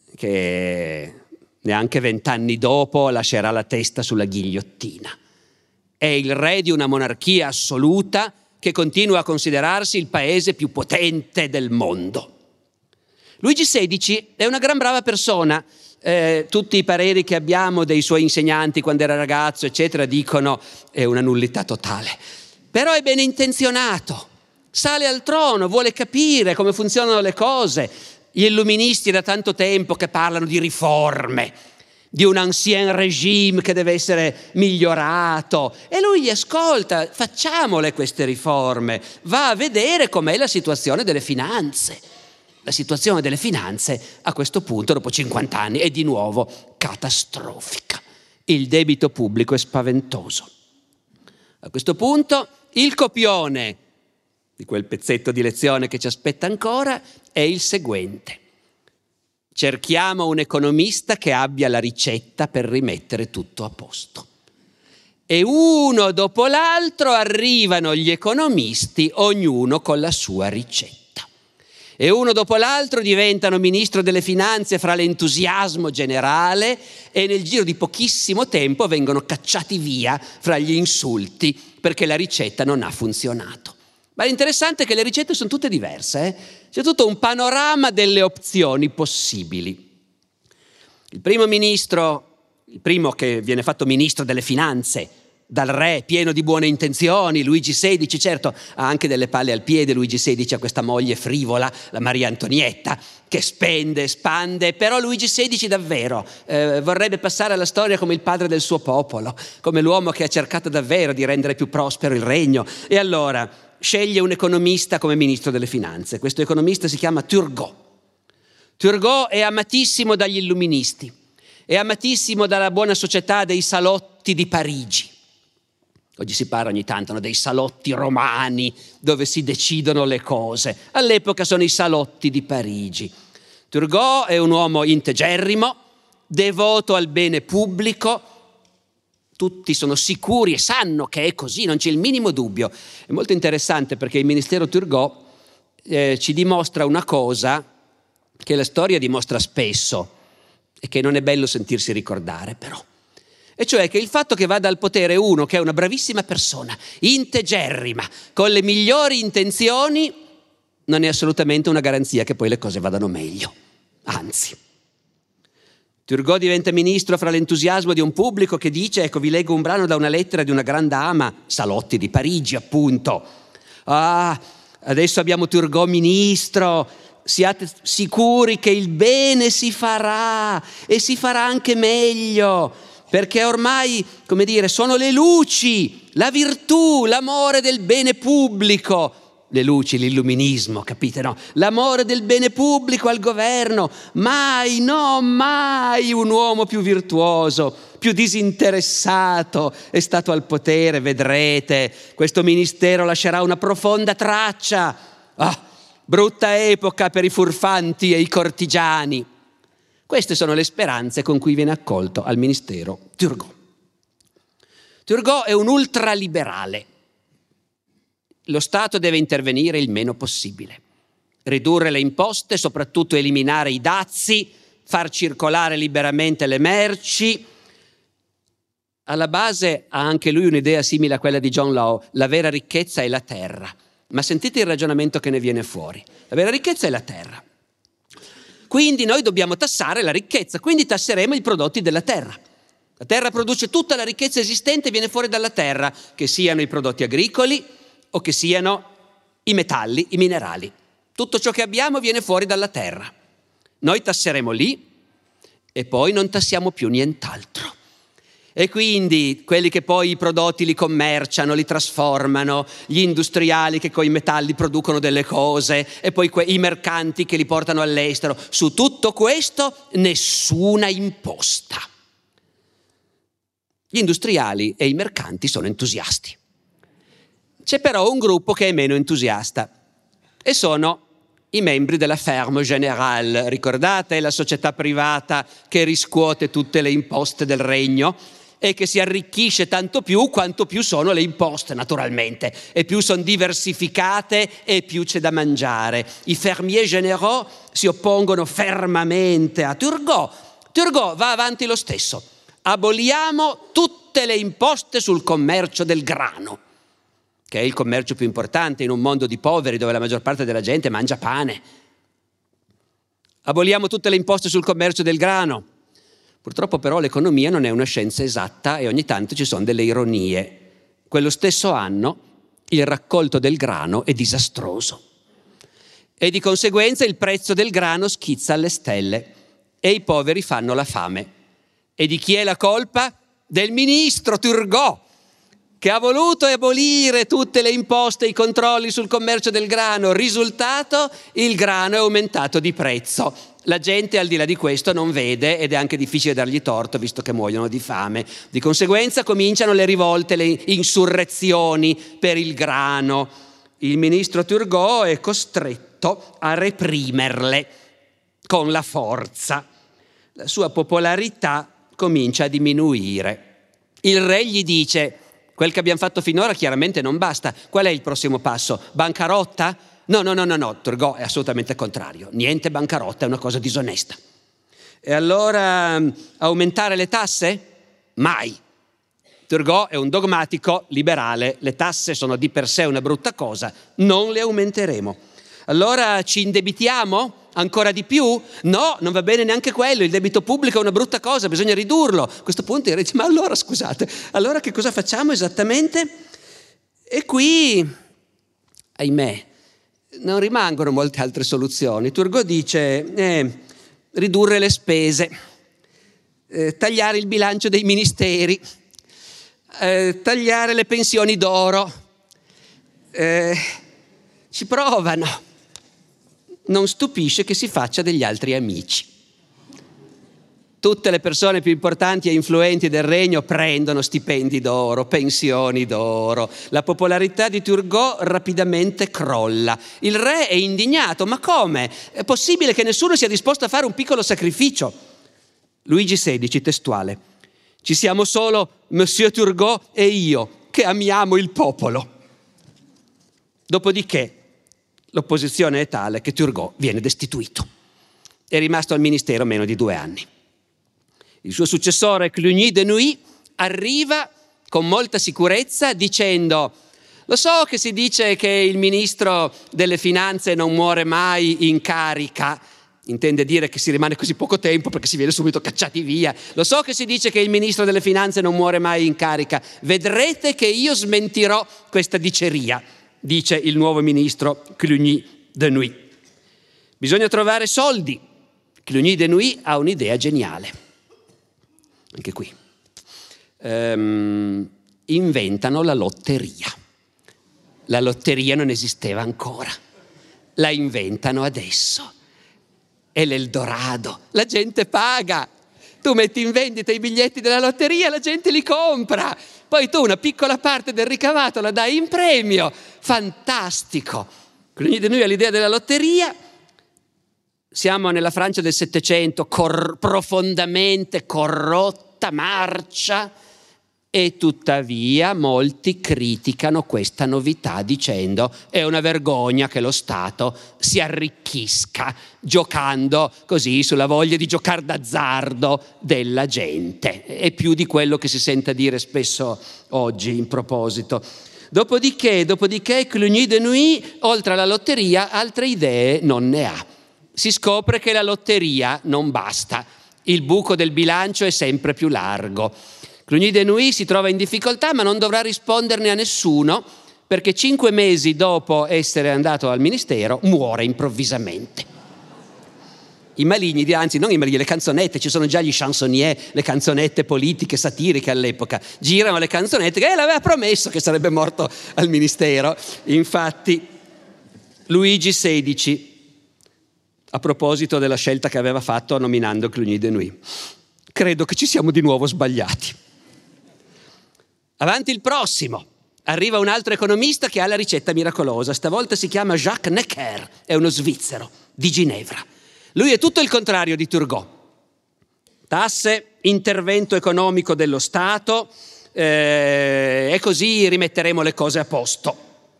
che neanche 20 anni dopo lascerà la testa sulla ghigliottina. È il re di una monarchia assoluta che continua a considerarsi il paese più potente del mondo. Luigi XVI è una gran brava persona. Tutti i pareri che abbiamo dei suoi insegnanti quando era ragazzo, eccetera, dicono è una nullità totale. Però è ben intenzionato, sale al trono, vuole capire come funzionano le cose. Gli illuministi da tanto tempo che parlano di riforme, di un ancien régime che deve essere migliorato, e lui li ascolta. Facciamole queste riforme, va a vedere com'è la situazione delle finanze. La situazione delle finanze a questo punto, dopo 50 anni, è di nuovo catastrofica. Il debito pubblico è spaventoso. A questo punto il copione di quel pezzetto di lezione che ci aspetta ancora è il seguente. Cerchiamo un economista che abbia la ricetta per rimettere tutto a posto. E uno dopo l'altro arrivano gli economisti, ognuno con la sua ricetta. E uno dopo l'altro diventano ministro delle finanze fra l'entusiasmo generale e nel giro di pochissimo tempo vengono cacciati via fra gli insulti perché la ricetta non ha funzionato. Ma l'interessante è che le ricette sono tutte diverse. C'è tutto un panorama delle opzioni possibili. Il primo che viene fatto ministro delle finanze dal re, pieno di buone intenzioni, Luigi XVI, certo ha anche delle palle al piede. Luigi XVI ha questa moglie frivola, la Maria Antonietta, che spende, espande, però Luigi XVI davvero vorrebbe passare alla storia come il padre del suo popolo, come l'uomo che ha cercato davvero di rendere più prospero il regno, e allora sceglie un economista come ministro delle finanze. Questo economista si chiama Turgot. Turgot è amatissimo dagli illuministi, è amatissimo dalla buona società dei salotti di Parigi. Oggi si parla ogni tanto dei salotti romani dove si decidono le cose. All'epoca sono i salotti di Parigi. Turgot è un uomo integerrimo, devoto al bene pubblico. Tutti sono sicuri e sanno che è così, non c'è il minimo dubbio. È molto interessante perché il ministero Turgot ci dimostra una cosa che la storia dimostra spesso e che non è bello sentirsi ricordare però. E cioè che il fatto che vada al potere uno che è una bravissima persona, integerrima, con le migliori intenzioni, non è assolutamente una garanzia che poi le cose vadano meglio, anzi. Turgot diventa ministro fra l'entusiasmo di un pubblico che dice, ecco vi leggo un brano da una lettera di una grande ama, Salotti di Parigi appunto, adesso abbiamo Turgot ministro, siate sicuri che il bene si farà e si farà anche meglio, perché ormai, come dire, sono le luci, la virtù, l'amore del bene pubblico. Le luci, l'illuminismo, capite, no? L'amore del bene pubblico al governo. Mai, no, mai un uomo più virtuoso, più disinteressato è stato al potere, vedrete. Questo ministero lascerà una profonda traccia. Brutta epoca per i furfanti e i cortigiani. Queste sono le speranze con cui viene accolto al ministero Turgot. Turgot è un ultraliberale. Lo Stato deve intervenire il meno possibile, ridurre le imposte, soprattutto eliminare i dazi, far circolare liberamente le merci. Alla base ha anche lui un'idea simile a quella di John Law: la vera ricchezza è la terra. Ma sentite il ragionamento che ne viene fuori: la vera ricchezza è la terra. Quindi noi dobbiamo tassare la ricchezza, quindi tasseremo i prodotti della terra. La terra produce tutta la ricchezza esistente, viene fuori dalla terra, che siano i prodotti agricoli o che siano i metalli, i minerali. Tutto ciò che abbiamo viene fuori dalla terra. Noi tasseremo lì e poi non tassiamo più nient'altro. E quindi quelli che poi i prodotti li commerciano, li trasformano, gli industriali che con i metalli producono delle cose e poi i mercanti che li portano all'estero, su tutto questo nessuna imposta. Gli industriali e i mercanti sono entusiasti. C'è però un gruppo che è meno entusiasta e sono i membri della Ferme Générale. Ricordate la società privata che riscuote tutte le imposte del regno e che si arricchisce tanto più quanto più sono le imposte, naturalmente, e più sono diversificate e più c'è da mangiare. I fermiers généraux si oppongono fermamente a Turgot. Turgot va avanti lo stesso: aboliamo tutte le imposte sul commercio del grano, che è il commercio più importante in un mondo di poveri dove la maggior parte della gente mangia pane. Aboliamo tutte le imposte sul commercio del grano. Purtroppo però l'economia non è una scienza esatta e ogni tanto ci sono delle ironie. Quello stesso anno il raccolto del grano è disastroso e di conseguenza il prezzo del grano schizza alle stelle e i poveri fanno la fame. E di chi è la colpa? Del ministro Turgot, che ha voluto abolire tutte le imposte e i controlli sul commercio del grano. Risultato: il grano è aumentato di prezzo. La gente al di là di questo non vede ed è anche difficile dargli torto visto che muoiono di fame. Di conseguenza cominciano le rivolte, le insurrezioni per il grano. Il ministro Turgot è costretto a reprimerle con la forza. La sua popolarità comincia a diminuire. Il re gli dice: quel che abbiamo fatto finora chiaramente non basta. Qual è il prossimo passo? Bancarotta? No. Turgot è assolutamente contrario. Niente bancarotta, è una cosa disonesta. E allora aumentare le tasse? Mai. Turgot è un dogmatico liberale. Le tasse sono di per sé una brutta cosa, non le aumenteremo. Allora ci indebitiamo ancora di più? No, non va bene neanche quello, il debito pubblico è una brutta cosa, bisogna ridurlo. A questo punto il re dice: ma allora scusate, allora che cosa facciamo esattamente? E qui, ahimè, non rimangono molte altre soluzioni. Turgot dice: ridurre le spese, tagliare il bilancio dei ministeri, tagliare le pensioni d'oro. Ci provano. Non stupisce che si faccia degli altri amici. Tutte le persone più importanti e influenti del regno prendono stipendi d'oro, pensioni d'oro. La popolarità di Turgot rapidamente crolla. Il re è indignato. Ma come? È possibile che nessuno sia disposto a fare un piccolo sacrificio? Luigi XVI, testuale: ci siamo solo Monsieur Turgot e io, che amiamo il popolo. Dopodiché l'opposizione è tale che Turgot viene destituito. È rimasto al ministero meno di 2 anni. Il suo successore Cluny de Nuy arriva con molta sicurezza dicendo: Lo so che si dice che il ministro delle finanze non muore mai in carica, intende dire che si rimane così poco tempo perché si viene subito cacciati via. Lo so che si dice che il ministro delle finanze non muore mai in carica. Vedrete che io smentirò questa diceria, dice il nuovo ministro Cluny-Denouy. Bisogna trovare soldi. Cluny-Denouy ha un'idea geniale. Anche qui. Inventano la lotteria. La lotteria non esisteva ancora. La inventano adesso. È l'Eldorado. La gente paga. Tu metti in vendita i biglietti della lotteria, la gente li compra. Poi tu una piccola parte del ricavato la dai in premio. Fantastico. Cluny-Denouy ha l'idea della lotteria. Siamo nella Francia del Settecento, profondamente corrotta, marcia, e tuttavia molti criticano questa novità dicendo è una vergogna che lo Stato si arricchisca giocando così sulla voglia di giocare d'azzardo della gente. È più di quello che si sente dire spesso oggi in proposito. Dopodiché Cluny-Denouy, oltre alla lotteria, altre idee non ne ha. Si scopre che la lotteria non basta, il buco del bilancio è sempre più largo. Cluny-Denouy si trova in difficoltà, ma non dovrà risponderne a nessuno, perché 5 mesi dopo essere andato al ministero muore improvvisamente. I maligni, anzi non i maligni, le canzonette, ci sono già gli chansonnier, le canzonette politiche, satiriche all'epoca, girano le canzonette che l'aveva promesso che sarebbe morto al ministero. Infatti Luigi XVI, a proposito della scelta che aveva fatto nominando Cluny-Denouy: credo che ci siamo di nuovo sbagliati. Avanti il prossimo. Arriva un altro economista che ha la ricetta miracolosa. Stavolta si chiama Jacques Necker, è uno svizzero di Ginevra. Lui è tutto il contrario di Turgot. Tasse, intervento economico dello Stato, e così rimetteremo le cose a posto.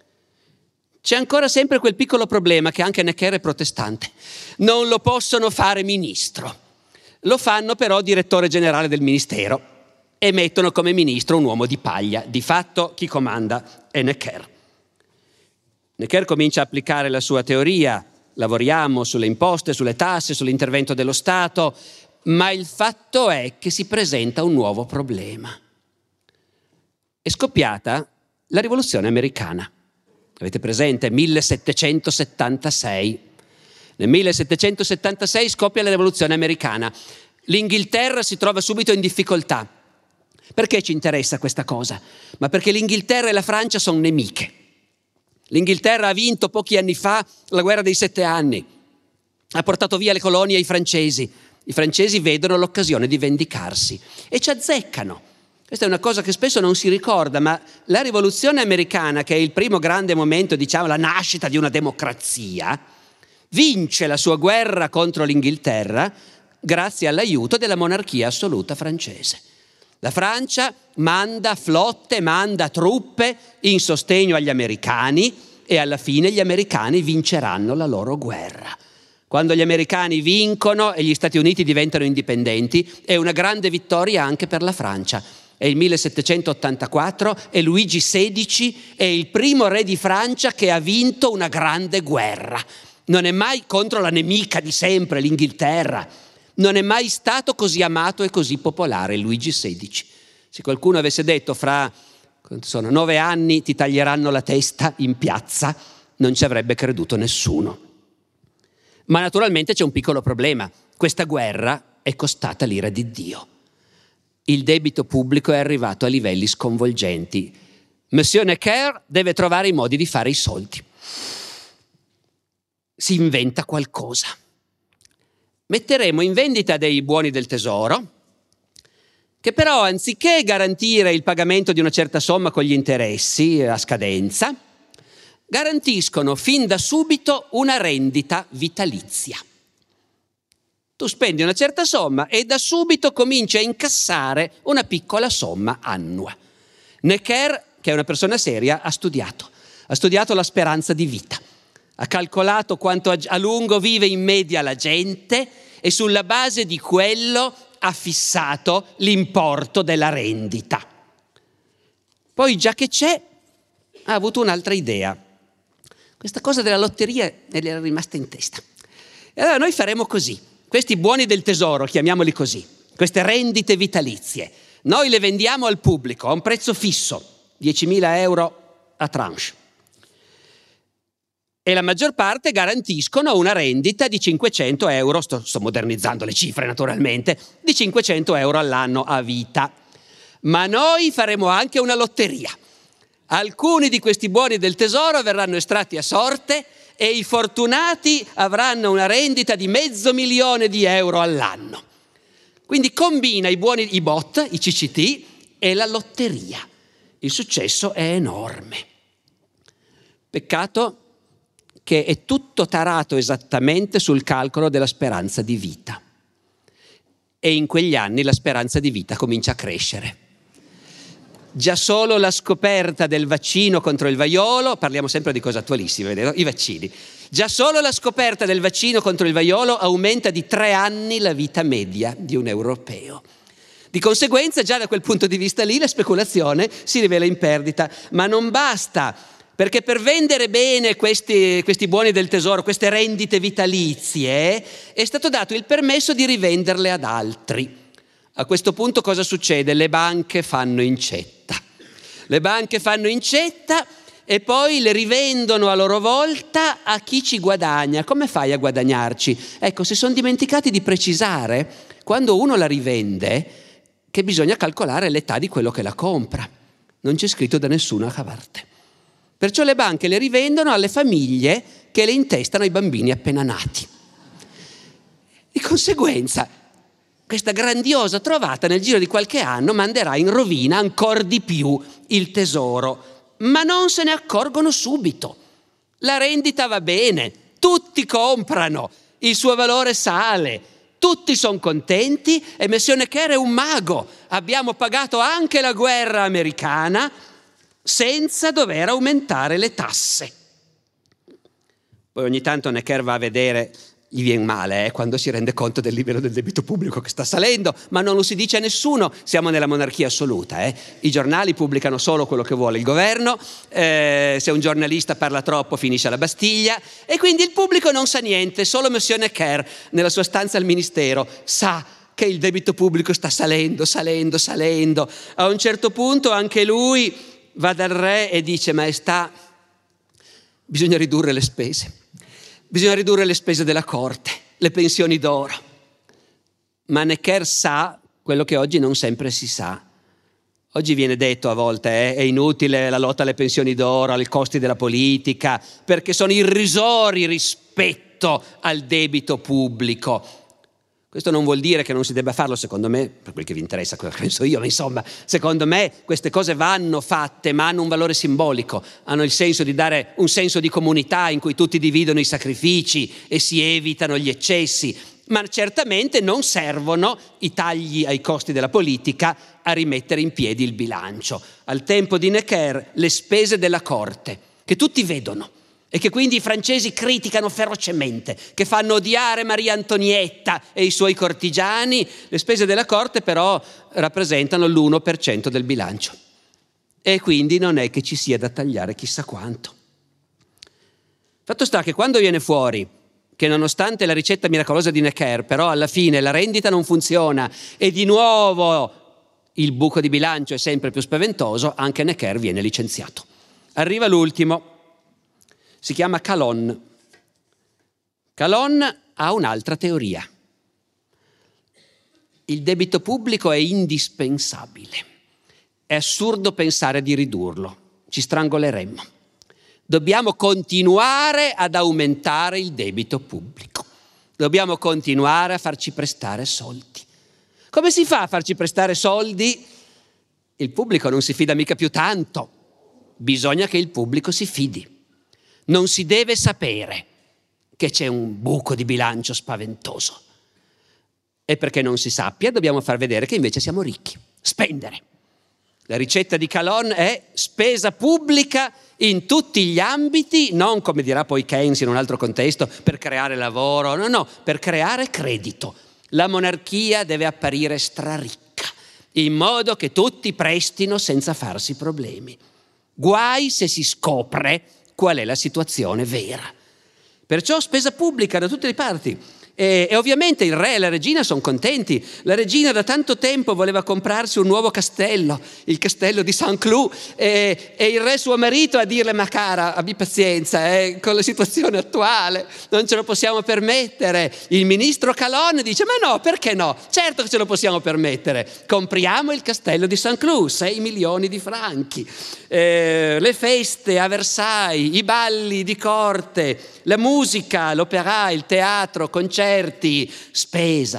C'è ancora sempre quel piccolo problema che anche Necker è protestante. Non lo possono fare ministro. Lo fanno però direttore generale del ministero e mettono come ministro un uomo di paglia. Di fatto chi comanda è Necker. Necker comincia a applicare la sua teoria. Lavoriamo sulle imposte, sulle tasse, sull'intervento dello Stato, ma il fatto è che si presenta un nuovo problema. È scoppiata la rivoluzione americana. Avete presente? 1776. Nel 1776 scoppia la rivoluzione americana. L'Inghilterra si trova subito in difficoltà. Perché ci interessa questa cosa? Ma perché l'Inghilterra e la Francia sono nemiche. L'Inghilterra ha vinto pochi anni fa la guerra dei 7 anni. Ha portato via le colonie ai francesi. I francesi vedono l'occasione di vendicarsi e ci azzeccano. Questa è una cosa che spesso non si ricorda, ma la rivoluzione americana, che è il primo grande momento, diciamo, la nascita di una democrazia, vince la sua guerra contro l'Inghilterra grazie all'aiuto della monarchia assoluta francese. La Francia manda flotte, manda truppe in sostegno agli americani e alla fine gli americani vinceranno la loro guerra. Quando gli americani vincono e gli Stati Uniti diventano indipendenti, è una grande vittoria anche per la Francia. È il 1784 e Luigi XVI è il primo re di Francia che ha vinto una grande guerra. Non è mai contro la nemica di sempre, l'Inghilterra. Non è mai stato così amato e così popolare Luigi XVI. Se qualcuno avesse detto fra 9 anni ti taglieranno la testa in piazza, non ci avrebbe creduto nessuno. Ma naturalmente c'è un piccolo problema. Questa guerra è costata l'ira di Dio. Il debito pubblico è arrivato a livelli sconvolgenti. Monsieur Necker deve trovare i modi di fare i soldi. Si inventa qualcosa. Metteremo in vendita dei buoni del tesoro, che però anziché garantire il pagamento di una certa somma con gli interessi a scadenza, garantiscono fin da subito una rendita vitalizia. Tu spendi una certa somma e da subito cominci a incassare una piccola somma annua. Necker, che è una persona seria, ha studiato la speranza di vita. Ha calcolato quanto a lungo vive in media la gente e sulla base di quello ha fissato l'importo della rendita. Poi, già che c'è, ha avuto un'altra idea. Questa cosa della lotteria le era rimasta in testa. E allora noi faremo così, questi buoni del tesoro, chiamiamoli così, queste rendite vitalizie, noi le vendiamo al pubblico a un prezzo fisso, 10.000 euro a tranche. E la maggior parte garantiscono una rendita di 500 euro, sto modernizzando le cifre naturalmente, di 500 euro all'anno a vita. Ma noi faremo anche una lotteria. Alcuni di questi buoni del tesoro verranno estratti a sorte e i fortunati avranno una rendita di $500.000 all'anno. Quindi combina i buoni, i BOT, i CCT e la lotteria. Il successo è enorme. Peccato che è tutto tarato esattamente sul calcolo della speranza di vita. E in quegli anni la speranza di vita comincia a crescere. Già solo la scoperta del vaccino contro il vaiolo, parliamo sempre di cose attualissime, vedete? I vaccini. Già solo la scoperta del vaccino contro il vaiolo aumenta di 3 anni la vita media di un europeo. Di conseguenza, già da quel punto di vista lì, la speculazione si rivela in perdita. Ma non basta, perché per vendere bene questi buoni del tesoro, queste rendite vitalizie, è stato dato il permesso di rivenderle ad altri. A questo punto cosa succede? Le banche fanno incetta. Le banche fanno incetta e poi le rivendono a loro volta a chi ci guadagna. Come fai a guadagnarci? Ecco, si sono dimenticati di precisare, quando uno la rivende, che bisogna calcolare l'età di quello che la compra. Non c'è scritto da nessuna parte. Perciò le banche le rivendono alle famiglie che le intestano ai bambini appena nati. Di conseguenza, questa grandiosa trovata nel giro di qualche anno manderà in rovina ancora di più il tesoro, ma non se ne accorgono subito. La rendita va bene, tutti comprano, il suo valore sale, tutti sono contenti e Monsieur Necker è un mago. Abbiamo pagato anche la guerra americana senza dover aumentare le tasse. Poi ogni tanto Necker va a vedere, gli viene male quando si rende conto del livello del debito pubblico che sta salendo, ma non lo si dice a nessuno, siamo nella monarchia assoluta. I giornali pubblicano solo quello che vuole il governo, se un giornalista parla troppo finisce alla Bastiglia e quindi il pubblico non sa niente, solo Monsieur Necker nella sua stanza al ministero sa che il debito pubblico sta salendo. A un certo punto anche lui va dal re e dice: Maestà, bisogna ridurre le spese. Bisogna ridurre le spese della corte, le pensioni d'oro. Ma Necker sa quello che oggi non sempre si sa. Oggi viene detto a volte è inutile la lotta alle pensioni d'oro, ai costi della politica, perché sono irrisori rispetto al debito pubblico. Questo non vuol dire che non si debba farlo, secondo me, per quel che vi interessa, quello che penso io, ma insomma, secondo me queste cose vanno fatte, ma hanno un valore simbolico, hanno il senso di dare un senso di comunità in cui tutti dividono i sacrifici e si evitano gli eccessi, ma certamente non servono i tagli ai costi della politica a rimettere in piedi il bilancio. Al tempo di Necker, le spese della corte, che tutti vedono, e che quindi i francesi criticano ferocemente, che fanno odiare Maria Antonietta e i suoi cortigiani, le spese della corte però rappresentano l'1% del bilancio. E quindi non è che ci sia da tagliare chissà quanto. Fatto sta che quando viene fuori che nonostante la ricetta miracolosa di Necker, però alla fine la rendita non funziona e di nuovo il buco di bilancio è sempre più spaventoso, anche Necker viene licenziato. Arriva l'ultimo. Si chiama Calonne. Calonne ha un'altra teoria. Il debito pubblico è indispensabile. È assurdo pensare di ridurlo. Ci strangoleremmo. Dobbiamo continuare ad aumentare il debito pubblico. Dobbiamo continuare a farci prestare soldi. Come si fa a farci prestare soldi? Il pubblico non si fida mica più tanto. Bisogna che il pubblico si fidi. Non si deve sapere che c'è un buco di bilancio spaventoso. E perché non si sappia, dobbiamo far vedere che invece siamo ricchi. Spendere. La ricetta di Calonne è spesa pubblica in tutti gli ambiti, non come dirà poi Keynes in un altro contesto, per creare lavoro, no, per creare credito. La monarchia deve apparire straricca, in modo che tutti prestino senza farsi problemi. Guai se si scopre qual è la situazione vera. Perciò spesa pubblica da tutte le parti. E ovviamente il re e la regina sono contenti. La regina da tanto tempo voleva comprarsi un nuovo castello, il castello di Saint-Cloud, e il re suo marito a dirle: ma cara, abbi pazienza, con la situazione attuale non ce lo possiamo permettere. Il ministro Calonne dice: ma no, perché no? Certo che ce lo possiamo permettere, compriamo il castello di Saint-Cloud, 6 milioni di franchi, le feste a Versailles, i balli di corte, la musica, l'opera, il teatro, concerti, spesa.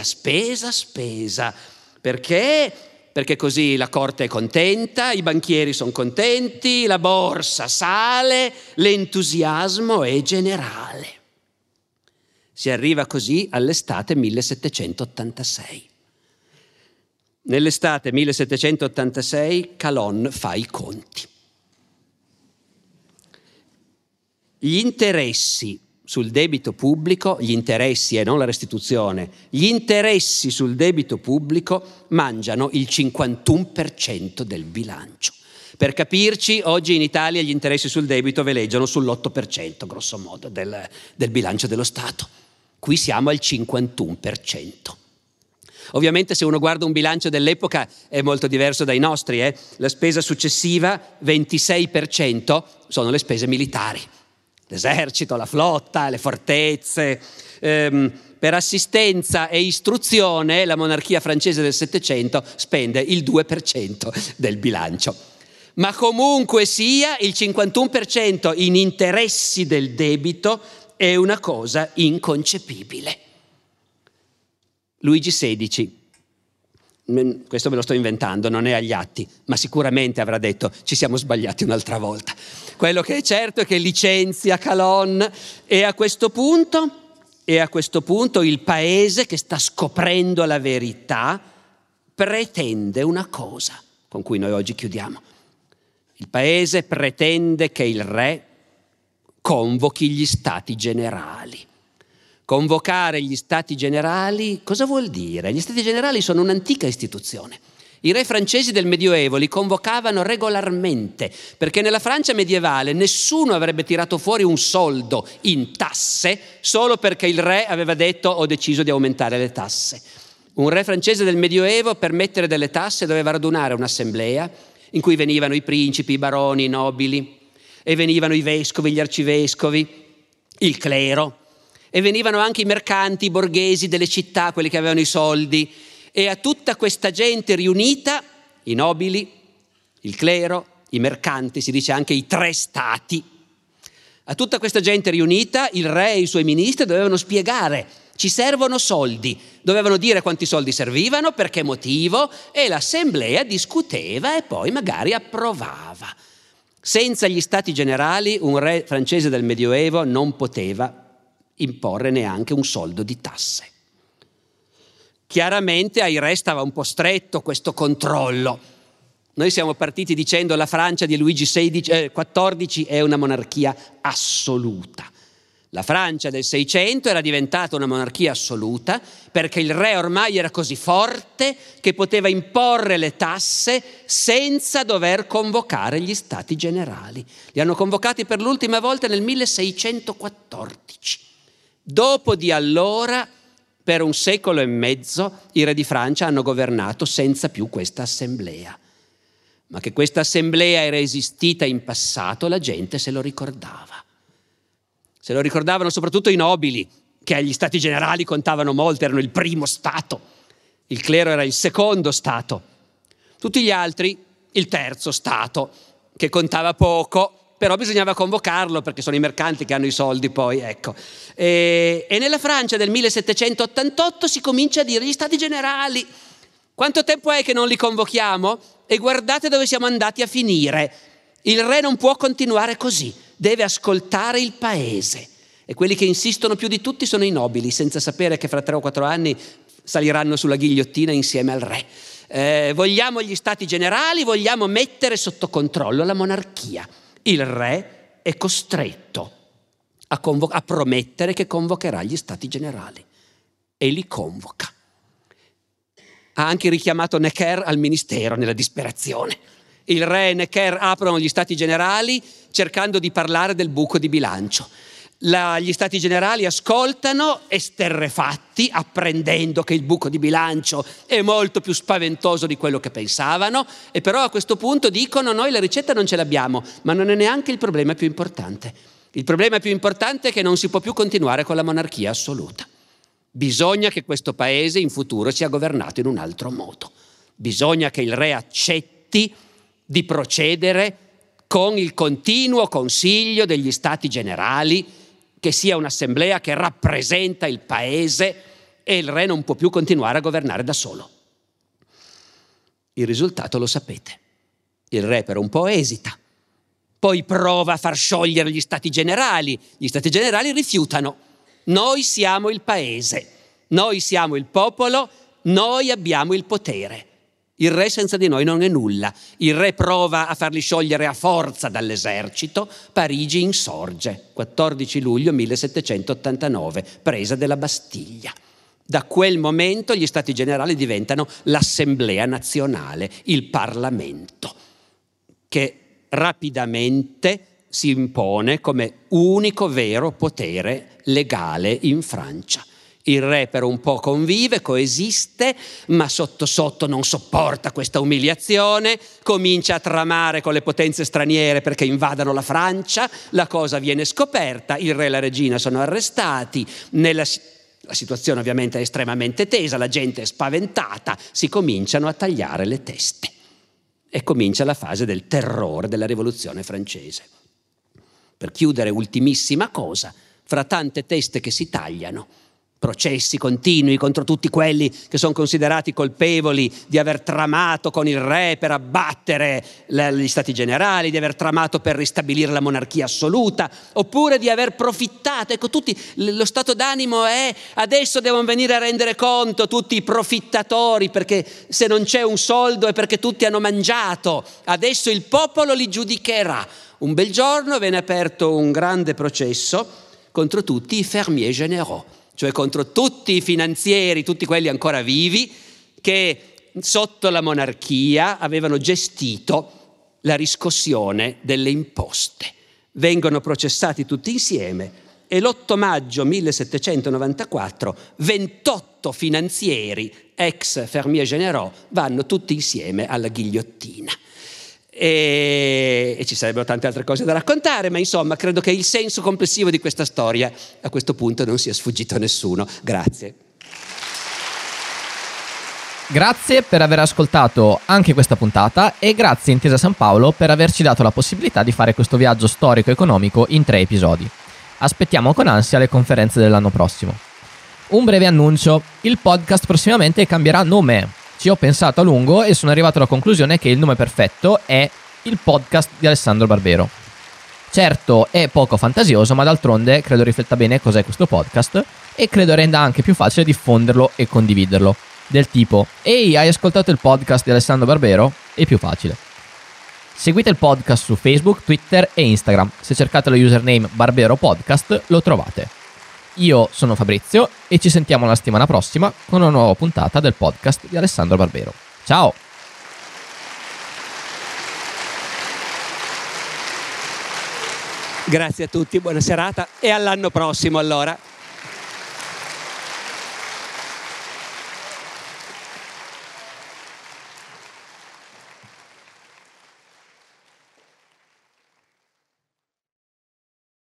Perché? Perché così la corte è contenta, i banchieri sono contenti, la borsa sale, l'entusiasmo è generale. Si arriva così all'estate 1786. Nell'estate 1786 Calonne fa i conti. Gli interessi sul debito pubblico, gli interessi e non la restituzione, gli interessi sul debito pubblico mangiano il 51% del bilancio. Per capirci, oggi in Italia gli interessi sul debito veleggiano sull'8%, grosso modo, del bilancio dello Stato. Qui siamo al 51%. Ovviamente se uno guarda un bilancio dell'epoca è molto diverso dai nostri. La spesa successiva, 26%, sono le spese militari. L'esercito, la flotta, le fortezze. Per assistenza e istruzione la monarchia francese del Settecento spende il 2% del bilancio. Ma comunque sia, il 51% in interessi del debito è una cosa inconcepibile. Luigi XVI, questo me lo sto inventando, non è agli atti, ma sicuramente avrà detto: ci siamo sbagliati un'altra volta. Quello che è certo è che licenzia Calonne e a questo punto il paese, che sta scoprendo la verità, pretende una cosa con cui noi oggi chiudiamo. Il paese pretende che il re convochi gli stati generali. Convocare gli stati generali cosa vuol dire? Gli stati generali sono un'antica istituzione. I re francesi del Medioevo li convocavano regolarmente, perché nella Francia medievale nessuno avrebbe tirato fuori un soldo in tasse solo perché il re aveva detto: ho deciso di aumentare le tasse. Un re francese del Medioevo, per mettere delle tasse, doveva radunare un'assemblea in cui venivano i principi, i baroni, i nobili, e venivano i vescovi, gli arcivescovi, il clero, e venivano anche i mercanti, i borghesi delle città, quelli che avevano i soldi. E a tutta questa gente riunita, i nobili, il clero, i mercanti, si dice anche i tre stati, a tutta questa gente riunita il re e i suoi ministri dovevano spiegare: ci servono soldi, dovevano dire quanti soldi servivano, per che motivo, e l'assemblea discuteva e poi magari approvava. Senza gli stati generali un re francese del Medioevo non poteva imporre neanche un soldo di tasse. Chiaramente ai re stava un po' stretto questo controllo. Noi siamo partiti dicendo la Francia di Luigi XIV è una monarchia assoluta. La Francia del Seicento era diventata una monarchia assoluta perché il re ormai era così forte che poteva imporre le tasse senza dover convocare gli stati generali. Li hanno convocati per l'ultima volta nel 1614. Dopo di allora, per un secolo e mezzo, i re di Francia hanno governato senza più questa assemblea. Ma che questa assemblea era esistita in passato, la gente se lo ricordava. Se lo ricordavano soprattutto i nobili, che agli stati generali contavano molto, erano il primo stato. Il clero era il secondo stato. Tutti gli altri, il terzo stato, che contava poco, però bisognava convocarlo perché sono i mercanti che hanno i soldi poi, ecco. E nella Francia del 1788 si comincia a dire gli stati generali. Quanto tempo è che non li convochiamo? E guardate dove siamo andati a finire. Il re non può continuare così, deve ascoltare il paese. E quelli che insistono più di tutti sono i nobili, senza sapere che fra 3 o 4 anni saliranno sulla ghigliottina insieme al re. Vogliamo gli stati generali, vogliamo mettere sotto controllo la monarchia. Il re è costretto a promettere che convocherà gli stati generali e li convoca. Ha anche richiamato Necker al ministero nella disperazione Il re e Necker aprono gli Stati Generali cercando di parlare del buco di bilancio. Gli Stati Generali ascoltano esterrefatti, apprendendo che il buco di bilancio è molto più spaventoso di quello che pensavano, e però a questo punto dicono: noi la ricetta non ce l'abbiamo, ma non è neanche il problema più importante. Il problema più importante è che non si può più continuare con la monarchia assoluta. Bisogna che questo paese in futuro sia governato in un altro modo. Bisogna che il re accetti di procedere con il continuo Consiglio degli Stati Generali, che sia un'assemblea che rappresenta il paese, e il re non può più continuare a governare da solo. Il risultato lo sapete. Il re per un po' esita, poi prova a far sciogliere gli Stati Generali. Gli Stati Generali rifiutano. Noi siamo il paese, noi siamo il popolo, noi abbiamo il potere. Il re senza di noi non è nulla. Il re prova a farli sciogliere a forza dall'esercito. Parigi insorge, 14 luglio 1789, presa della Bastiglia. Da quel momento gli Stati Generali diventano l'Assemblea nazionale, il Parlamento, che rapidamente si impone come unico vero potere legale in Francia. Il re per un po' convive, coesiste, ma sotto sotto non sopporta questa umiliazione, comincia a tramare con le potenze straniere perché invadano la Francia, la cosa viene scoperta, il re e la regina sono arrestati, la situazione ovviamente è estremamente tesa, la gente è spaventata, si cominciano a tagliare le teste e comincia la fase del terrore della rivoluzione francese. Per chiudere, ultimissima cosa, fra tante teste che si tagliano, processi continui contro tutti quelli che sono considerati colpevoli di aver tramato con il re per abbattere gli Stati Generali, di aver tramato per ristabilire la monarchia assoluta, oppure di aver profittato. Ecco, lo stato d'animo è: adesso devono venire a rendere conto tutti i profittatori, perché se non c'è un soldo è perché tutti hanno mangiato, adesso il popolo li giudicherà. Un bel giorno viene aperto un grande processo contro tutti i fermiers généraux, cioè contro tutti i finanzieri, tutti quelli ancora vivi, che sotto la monarchia avevano gestito la riscossione delle imposte. Vengono processati tutti insieme e l'8 maggio 1794 28 finanzieri, ex fermiers généraux, vanno tutti insieme alla ghigliottina. E ci sarebbero tante altre cose da raccontare, ma insomma credo che il senso complessivo di questa storia a questo punto non sia sfuggito a nessuno. Grazie. Grazie per aver ascoltato anche questa puntata e grazie Intesa San Paolo per averci dato la possibilità di fare questo viaggio storico-economico in 3 episodi. Aspettiamo con ansia le conferenze dell'anno prossimo. Un breve annuncio: il podcast prossimamente cambierà nome. Ci ho pensato a lungo e sono arrivato alla conclusione che il nome perfetto è il podcast di Alessandro Barbero. Certo, è poco fantasioso, ma d'altronde credo rifletta bene cos'è questo podcast e credo renda anche più facile diffonderlo e condividerlo. Del tipo: ehi, hai ascoltato il podcast di Alessandro Barbero? È più facile. Seguite il podcast su Facebook, Twitter e Instagram. Se cercate lo username Barbero Podcast lo trovate. Io sono Fabrizio e ci sentiamo la settimana prossima con una nuova puntata del podcast di Alessandro Barbero. Ciao! Grazie a tutti, buona serata e all'anno prossimo allora.